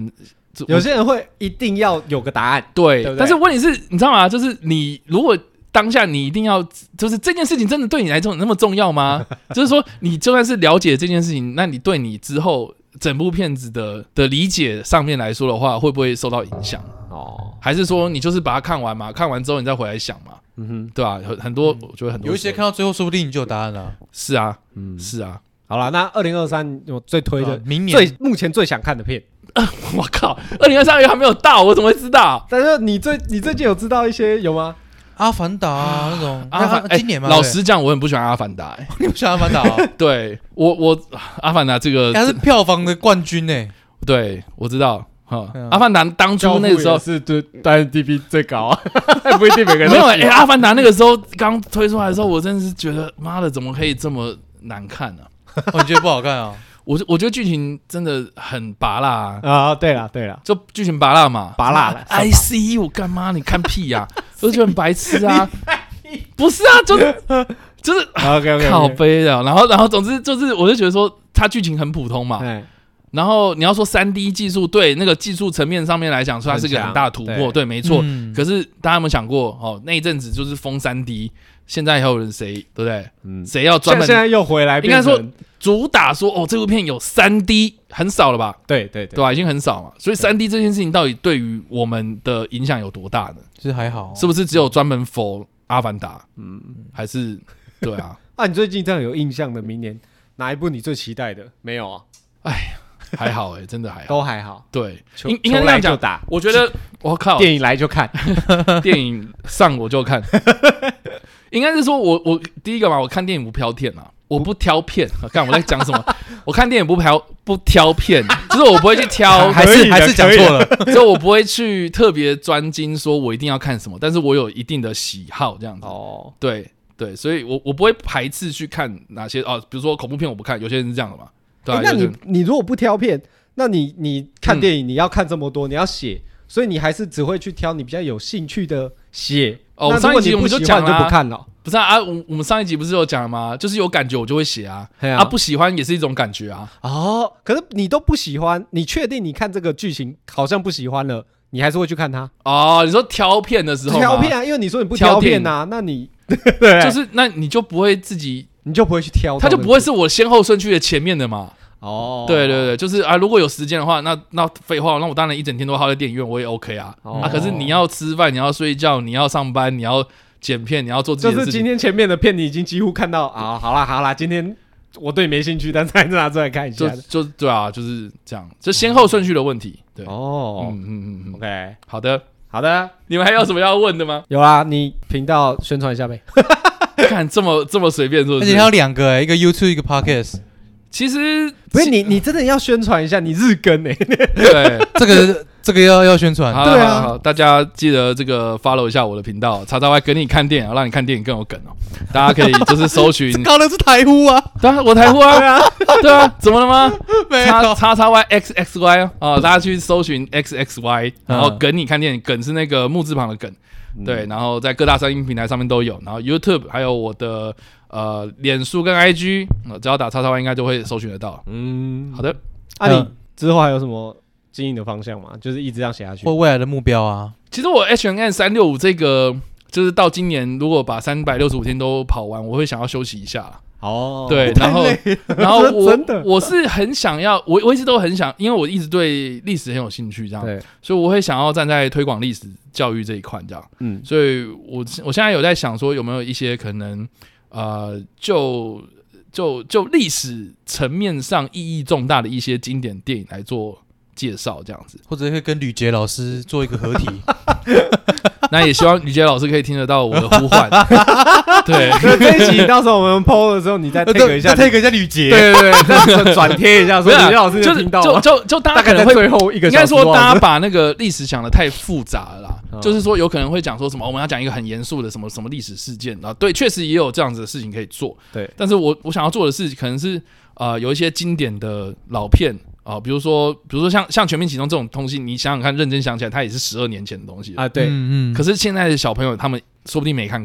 有些人会一定要有个答案， 对， 对对， 但是问题是，你知道吗？就是你如果当下你一定要，就是这件事情真的对你来说那么重要吗？就是说，你就算是了解这件事情，那你对你之后整部片子的的理解上面来说的话，会不会受到影响？哦，还是说你就是把它看完嘛？看完之后你再回来想嘛？嗯哼，对吧、啊？很很多，我觉得很多有一些看到最后，说不定你就有答案了。 是啊，嗯，是啊。 好了，那二零二三我最推的、啊、 明年最目前最想看的片， 我靠，二零二三还没有到，我怎么会知道？ 但是你最你最近有知道一些有吗？ 阿凡达啊那种， 阿凡、欸、今年吗？老实讲，我很不喜欢阿凡达、欸。 你不喜欢阿凡达、啊？ 对我我阿凡达这个， 他是票房的冠军呢、欸。 对，我知道。阿凡达当初那个时候是对，但是 D P 最高啊，不一定每个人没有。哎、欸，阿凡达那个时候刚推出来的时候，我真的是觉得妈的，怎么可以这么难看呢、 啊？哦，你觉得不好看啊？ 我我觉得剧情真的很拔辣啊！ 啊对了对了， 就剧情拔辣嘛， 拔辣了。 I C 我干嘛？你看屁呀、啊！我就觉得很白痴啊！不是啊，就是就是 OK OK 靠背的。然后然后总之就是，我就觉得说它剧情很普通嘛。然后你要说 三 D 技术，对那个技术层面上面来讲，说它是个很大的突破，对，对，没错、嗯。可是大家有没有想过，哦，那一阵子就是封 三 D， 现在还有人谁，对不对？嗯，谁要专门现在又回来？ 应该说主打说，哦，这部片有 三 D， 很少了吧？ 对对 对, 对吧？已经很少嘛。所以 三 D 这件事情到底对于我们的影响有多大呢？ 其实还好、哦， 是不是只有专门 for 阿凡达？嗯，还是对啊？ 那、啊、你最近这样有印象的，明年哪一部你最期待的？没有啊？ 哎呀。还好哎、欸，真的还好， 都还好。 对， 应应该这样讲。打， 我觉得我靠， 电影来就看， 电影上我就看。应该是说我我第一个嘛，我看电影不挑片啊，我不挑片。看我在讲什么？我看电影不挑不挑片，就是我不会去挑， 还是还是讲错了， 所以我不会去特别专精，说我一定要看什么，但是我有一定的喜好这样子。哦，对对，所以我我不会排斥去看哪些哦，比如说恐怖片我不看，有些人是这样的嘛。对啊欸、那你你如果不挑片，那你你看电影、嗯、你要看这么多，你要写，所以你还是只会去挑你比较有興趣的写。 哦，上一集我们就讲了、 啊，就不看了。 不是啊，啊我我们上一集不是有讲了吗？就是有感觉我就会写啊，啊, 啊不喜欢也是一种感觉啊。 哦，可是你都不喜欢，你确定你看这个剧情好像不喜欢了，你还是会去看它？ 哦，你说挑片的时候， 挑片啊，因为你说你不挑片啊，那你对， 就是那你就不会自己。 你就不会去挑， 它就不会是我先后顺序的前面的嘛。哦，对对对，就是啊，如果有时间的话，那那废话，那我当然一整天都耗在电影院，我也 OK 啊。哦、啊，可是你要吃饭，你要睡觉，你要上班，你要剪片，你要做自己的事情。 就是今天前面的片，你已经几乎看到啊，好啦好啦，今天我对你没兴趣，但是还是拿出来看一下。 就就对啊，就是这样，就先后顺序的问题。对哦，嗯嗯嗯 ，OK， 好的好的， 你们还有什么要问的吗？ 有啊，你频道宣传一下呗。 看这么这么随便做， 而且还有两个、欸，一个 YouTube 一个 Podcast。 其实不是你，你真的要宣传一下，你日更哎、欸。 对， 这个这个要要宣传。 对啊好好，大家记得这个 follow 一下我的频道，叉叉 Y 跟你看电影，让你看电影更有梗哦。大家可以就是搜寻， 搞的是台呼啊， 对啊，我台呼啊，对啊，对啊，怎么了吗？ 没有， 叉叉 Y X X Y 啊、哦，大家去搜寻 X X Y， 然后跟你看电影，梗是那个木字旁的梗。对，然后在各大声音平台上面都有，然后 YouTube 还有我的呃脸书跟 I G， 只要打叉叉 Y 应该就会搜寻得到。嗯，好的。 啊，你之后还有什么经营的方向吗？就是一直这样写下去， 或未来的目标啊？ 其实我 H N N 三六五这个，就是到今年如果把三百六十五天都跑完，我会想要休息一下。哦，对，然后然后我我是很想要，我我一直都很想，因为我一直对历史很有兴趣，这样，对，所以我会想要站在推广历史教育这一块，这样，嗯，所以我我现在有在想说，有没有一些可能，呃，就就就历史层面上意义重大的一些经典电影来做介绍，这样子， 或者会跟吕杰老师做一个合体。 那也希望吕杰老师可以听得到我的呼唤。对， 这一集到时候我们 P O 的时候，你再 take 一下 ，take 一下吕杰， 对对对，再转贴一下，说吕杰老师就听到了。 就就就大家可能会最后一个， 应该说大家把那个历史想的太复杂了啦。就是说有可能会讲说什么，我们要讲一个很严肃的什么什么历史事件啊。对，确实也有这样子的事情可以做。对，但是我我想要做的是，可能是呃有一些经典的老片。啊，比如说，比如说像像《全面启动》这种东西，你想想看，认真想起来，它也是十二年前的东西啊。对，嗯嗯。可是现在的小朋友他们说不定没看过，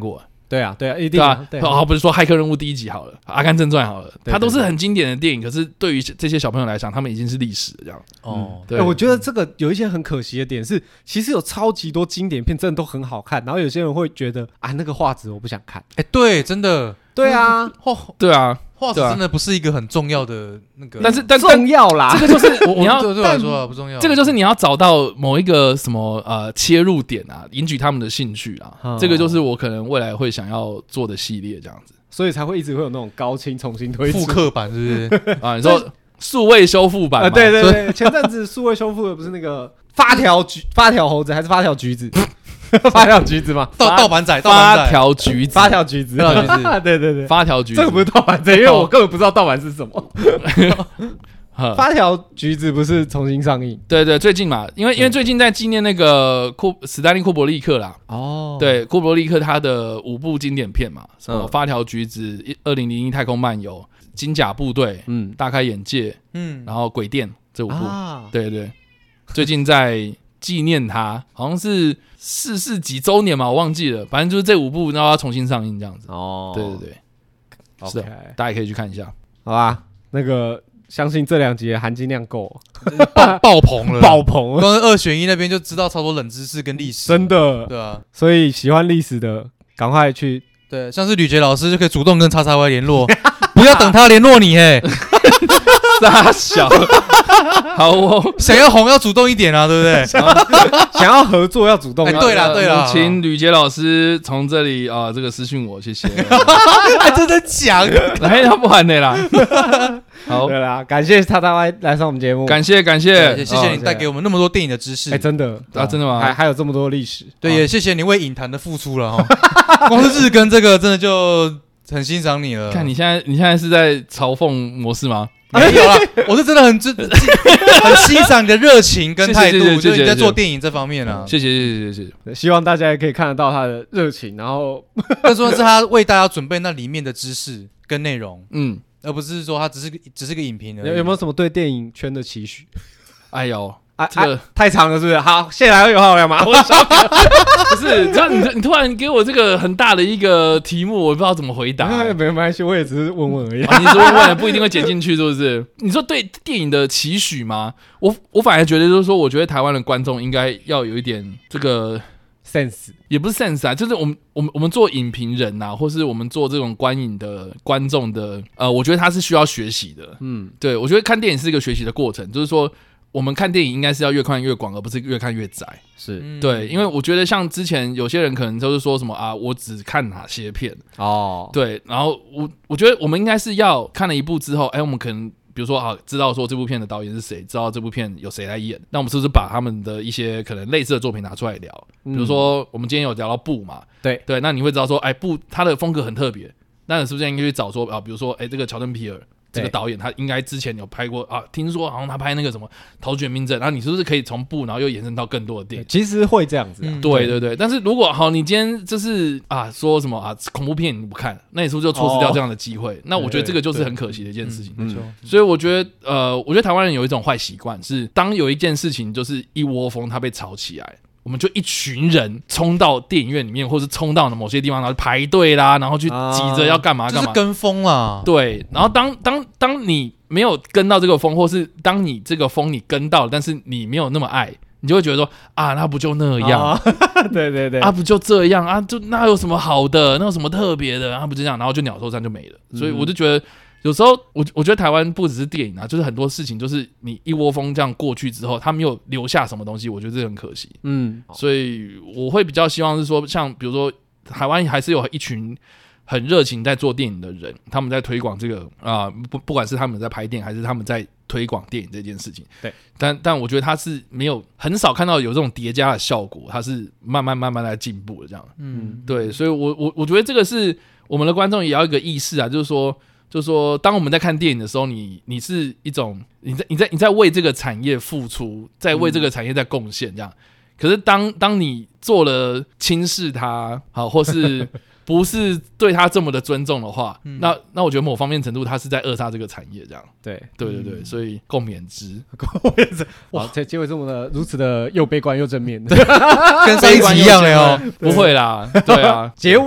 对啊，对啊，一定啊。 对啊，不是说骇客任务第一集好了，《阿甘正传》好了，它都是很经典的电影。可是对于这些小朋友来讲，他们已经是历史了，这样。 哦，对，我觉得这个有一些很可惜的点是，其实有超级多经典片真的都很好看，然后有些人会觉得啊，那个画质我不想看。 哎，对，真的， 对啊， 对啊。 画质真的不是一个很重要的那个， 但是但重要啦， 这个就是你要对我来说不重要。 这个就是你要找到某一个什么呃切入点啊，引起他们的兴趣啊，嗯、这个就是我可能未来会想要做的系列这样子， 所以才会一直会有那种高清重新推出复刻版，是不是？ 啊，你说数位修复版、 啊？对对对，前阵子数位修复的不是那个发条橘发条猴子还是发条橘子？发条橘子吗？ 盗盗版仔， 发条橘子， 发条橘子， 发条橘子， 对对对， 发条橘子， 这个不是盗版仔，因为我根本不知道盗版是什么。发条橘子不是重新上映？ 对对，最近嘛，因为因为最近在纪念那个库史丹利库伯利克啦。哦，对，库伯利克他的五部经典片嘛，什么发条橘子、二零零一太空漫游、金甲部队、嗯，大开眼界，嗯，然后鬼店这五部，啊、对对，最近在纪念他，好像是逝世几周年嘛，我忘记了，反正就是这五部，然后要重新上映这样子。哦，对对对， okay. 是的，大家也可以去看一下， 好吧？那个。相信这两集的含金量够爆爆棚了， 爆棚！ 光二选一那边就知道超多冷知识跟历史， 真的， 对啊。 所以喜欢历史的，赶快去。 对，像是吕杰老师就可以主动跟叉叉 Y 联络，不要等他联络你，嘿， 傻小。好哦， 想要红要主动一点啊，对不对？ 想要合作要主动一点。 欸、对啦，对啦， 请吕杰老师从这里啊、呃，这个私讯我，谢谢。 还真的讲， 来他不玩的啦。好， 对啦，感谢叉叉 Y 来上我们节目， 感谢感谢， 谢谢你带给我们那么多电影的知识。 哎、欸，真的啊，真的吗？ 还还有这么多历史， 对，也谢谢你为影坛的付出了哈。光是日更这个真的就很欣赏你了。 看你现在，你现在是在嘲讽模式吗？ 没有啦，我是真的很很欣赏你的热情跟态度，就是你在做电影这方面啊。 谢谢谢谢谢谢，希望大家也可以看得到他的热情，然后更重要是他为大家准备那里面的知识跟内容，嗯，而不是说他只是只是个影评而已。 有有没有什么对电影圈的期许？ 哎呦。 啊，这个、啊、太长了，是不是？好，谢谢来有好了吗？我不是，这样你你突然给我这个很大的一个题目，我不知道怎么回答、欸。 没关系，我也只是问问而已。 啊、你是问问，不一定会剪进去，是不是？你说对电影的期许吗？我我反而觉得就是说，我觉得台湾的观众应该要有一点这个 sense， 也不是 sense 啊，就是我们我们我们做影评人呐、啊，或是我们做这种观影的观众的，呃，我觉得他是需要学习的。嗯，对，我觉得看电影是一个学习的过程，就是说。我们看电影应该是要越看越广，而不是越看越窄。 是对，因为我觉得像之前有些人可能就是说什么啊，我只看哪些片哦，对，然后我我觉得我们应该是要看了一部之后，哎，我们可能比如说啊，知道说这部片的导演是谁，知道这部片有谁来演，那我们是不是把他们的一些可能类似的作品拿出来聊？比如说我们今天有聊到布嘛， 对对，那你会知道说，哎，布他的风格很特别，那你是不是应该去找说啊，比如说哎，这个乔登皮尔。这个导演他应该之前有拍过啊，听说好像他拍那个什么《头卷命阵》，然后你是不是可以从布，然后又延伸到更多的电影？ 其实会这样子、啊嗯，对对对。但是如果好，你今天就是啊说什么啊恐怖片你不看，那你是不是就错失掉这样的机会？哦、那我觉得这个就是很可惜的一件事情。嗯嗯、所以我觉得呃，我觉得台湾人有一种坏习惯，是当有一件事情就是一窝蜂它被炒起来。我们就一群人冲到电影院里面，或是冲到某些地方，然后排队啦，然后去挤着要干嘛干嘛， 就是跟风啦。 对，然后当当当你没有跟到这个风，或是当你这个风你跟到了，但是你没有那么爱，你就会觉得说啊，那不就那样？啊、 对对对， 啊不就这样啊？就那有什么好的？那有什么特别的？啊不就这样？然后就鸟兽散就没了。所以我就觉得。有时候我我觉得台湾不只是电影啊，就是很多事情，就是你一窝蜂这样过去之后，他没有留下什么东西，我觉得这很可惜。嗯，所以我会比较希望是说，像比如说台湾还是有一群很热情在做电影的人，他们在推广这个啊、呃，不不管是他们在拍电影，还是他们在推广电影这件事情。 对， 但但我觉得他是没有很少看到有这种叠加的效果，他是慢慢慢慢来进步的这样。嗯，对，所以我我我觉得这个是我们的观众也要有一个意识啊，就是说。就是说，当我们在看电影的时候，你你是一种你在你在你在为这个产业付出，在为这个产业在贡献这样。可是当当你做了轻视他，好，或是不是对他这么的尊重的话，嗯、那那我觉得某方面程度他是在扼杀这个产业这样。 对对对对，嗯、所以共勉之。 共勉之。哇，这结尾这么的如此的又悲观又正面， 跟上一集一样了哦。 不会啦，对啊， 结尾。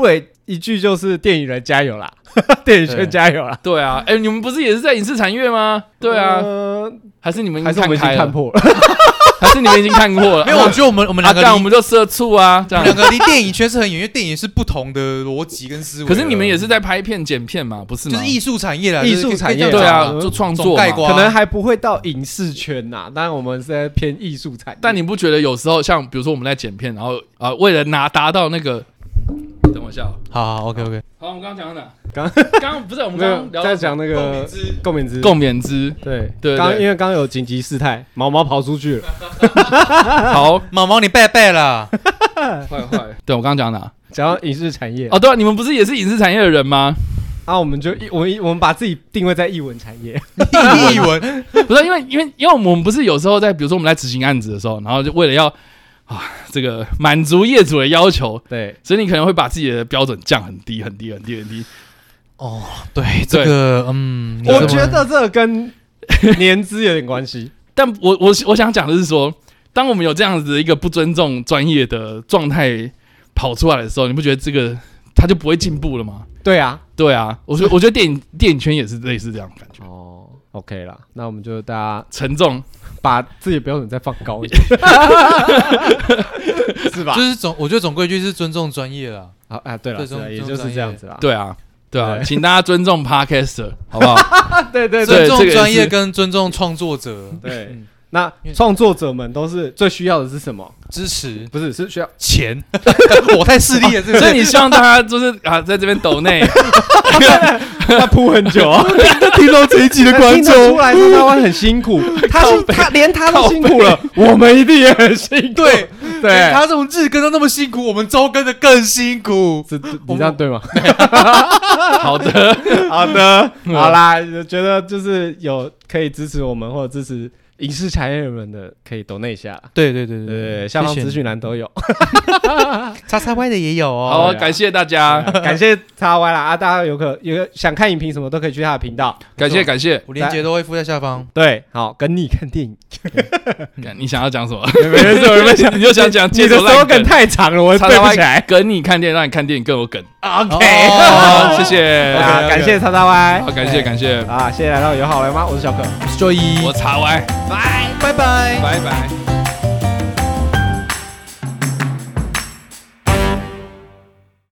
一句就是电影人加油啦，电影圈加油啦。 对啊，哎、欸，你们不是也是在影视产业吗？对啊，呃、还是你们已经看开了？ 还是我们已经看破了？ 还是你们已经看过了？ 没有，我觉得我们我们两个、 啊、我们就社畜啊，这样两个离电影圈是很远，因为电影是不同的逻辑跟思维。 可是你们也是在拍片、剪片嘛，不是吗？ 就是艺术产业啦， 艺术产业对啊，做创作嘛， 可能还不会到影视圈呐，当然我们是在偏艺术产业。 但你不觉得有时候像比如说我们在剪片，然后啊、呃、为了拿达到那个，等我一下， 好好 OK OK， 好，我们刚刚讲到哪？ 刚刚不是我们刚刚聊在讲那个共勉之， 共勉之， 对对， 刚因为刚刚有紧急事态，毛毛跑出去了。 好， 毛毛你拜拜啦， 坏坏。对我刚刚讲哪？ 讲到影视产业哦，对啊，你们不是也是影视产业的人吗？ 啊，我们就我们我们把自己定位在艺文产业， 艺文不是因为因为因为我们不是有时候在比如说我们在执行案子的时候，然后就为了要啊这个满足业主的要求， 对， 所以你可能会把自己的标准降很低很低很低很低。 哦，对，这个嗯， 我觉得这个跟年资有点关系， 但我我我想讲的是说，当我们有这样子的一个不尊重专业的状态跑出来的时候，你不觉得这个他就不会进步了吗？ 对啊， 对啊，我觉得我觉得电影电影圈也是类似这样的感觉。 哦 ，OK 啦，那我们就大家沉重， 把自己的标准再放高一点，是吧？ 就是总我觉得总归就是尊重专业啦。 好啊，对了，也就是这样子啦。 对啊。对啊，请大家尊重 Podcaster， 好不好？ 对对对，尊重专业跟尊重创作者。 对，嗯、那创作者们都是最需要的是什么？ 支持， 不是是需要钱。我太势利了，是不是？ 所以你希望大家就是啊，在这边抖内， 他铺很久啊， 听到这一集的观众，听得出来台湾很辛苦，他他连他都辛苦了，我们一定也很辛苦。 对。对，他这种日更都那么辛苦，我们周更的更辛苦。 你这样对吗？ 好的， 好的，好啦，觉得就是有可以支持我们或者支持影视产业人的，可以抖内一下。 对对对对, 对，下方资讯栏都有。 叉叉 Y 的也有哦。 好，感谢大家， 感谢叉叉 Y 啦啊！大家有可有想看影评什么都可以去他的频道。 感谢感谢， 我链接都会附在下方。 对，好，跟你看电影。 你想要讲什么？ 没事，我没想， 你就想讲你的slogan太长了，我背不起来。 跟你看电影，让你看电影更有梗。 OK， 好，谢谢啊，感谢叉叉 Y， 好，感谢感谢啊，谢谢来到有好来吗？我是小可， 我是周一， 我是叉 Y， 拜拜拜拜拜。